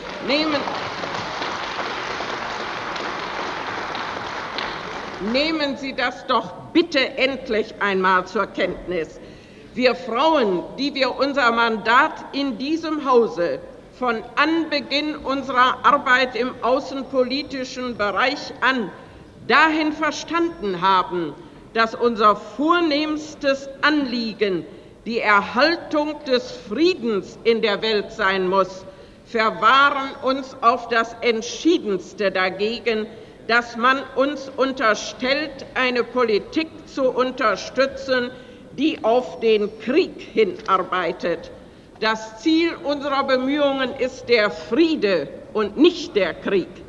Nehmen Sie das doch bitte endlich einmal zur Kenntnis. Wir Frauen, die wir unser Mandat in diesem Hause von Anbeginn unserer Arbeit im außenpolitischen Bereich an dahin verstanden haben, dass unser vornehmstes Anliegen die Erhaltung des Friedens in der Welt sein muss, verwahren uns auf das Entschiedenste dagegen, dass man uns unterstellt, eine Politik zu unterstützen, die auf den Krieg hinarbeitet. Das Ziel unserer Bemühungen ist der Friede und nicht der Krieg.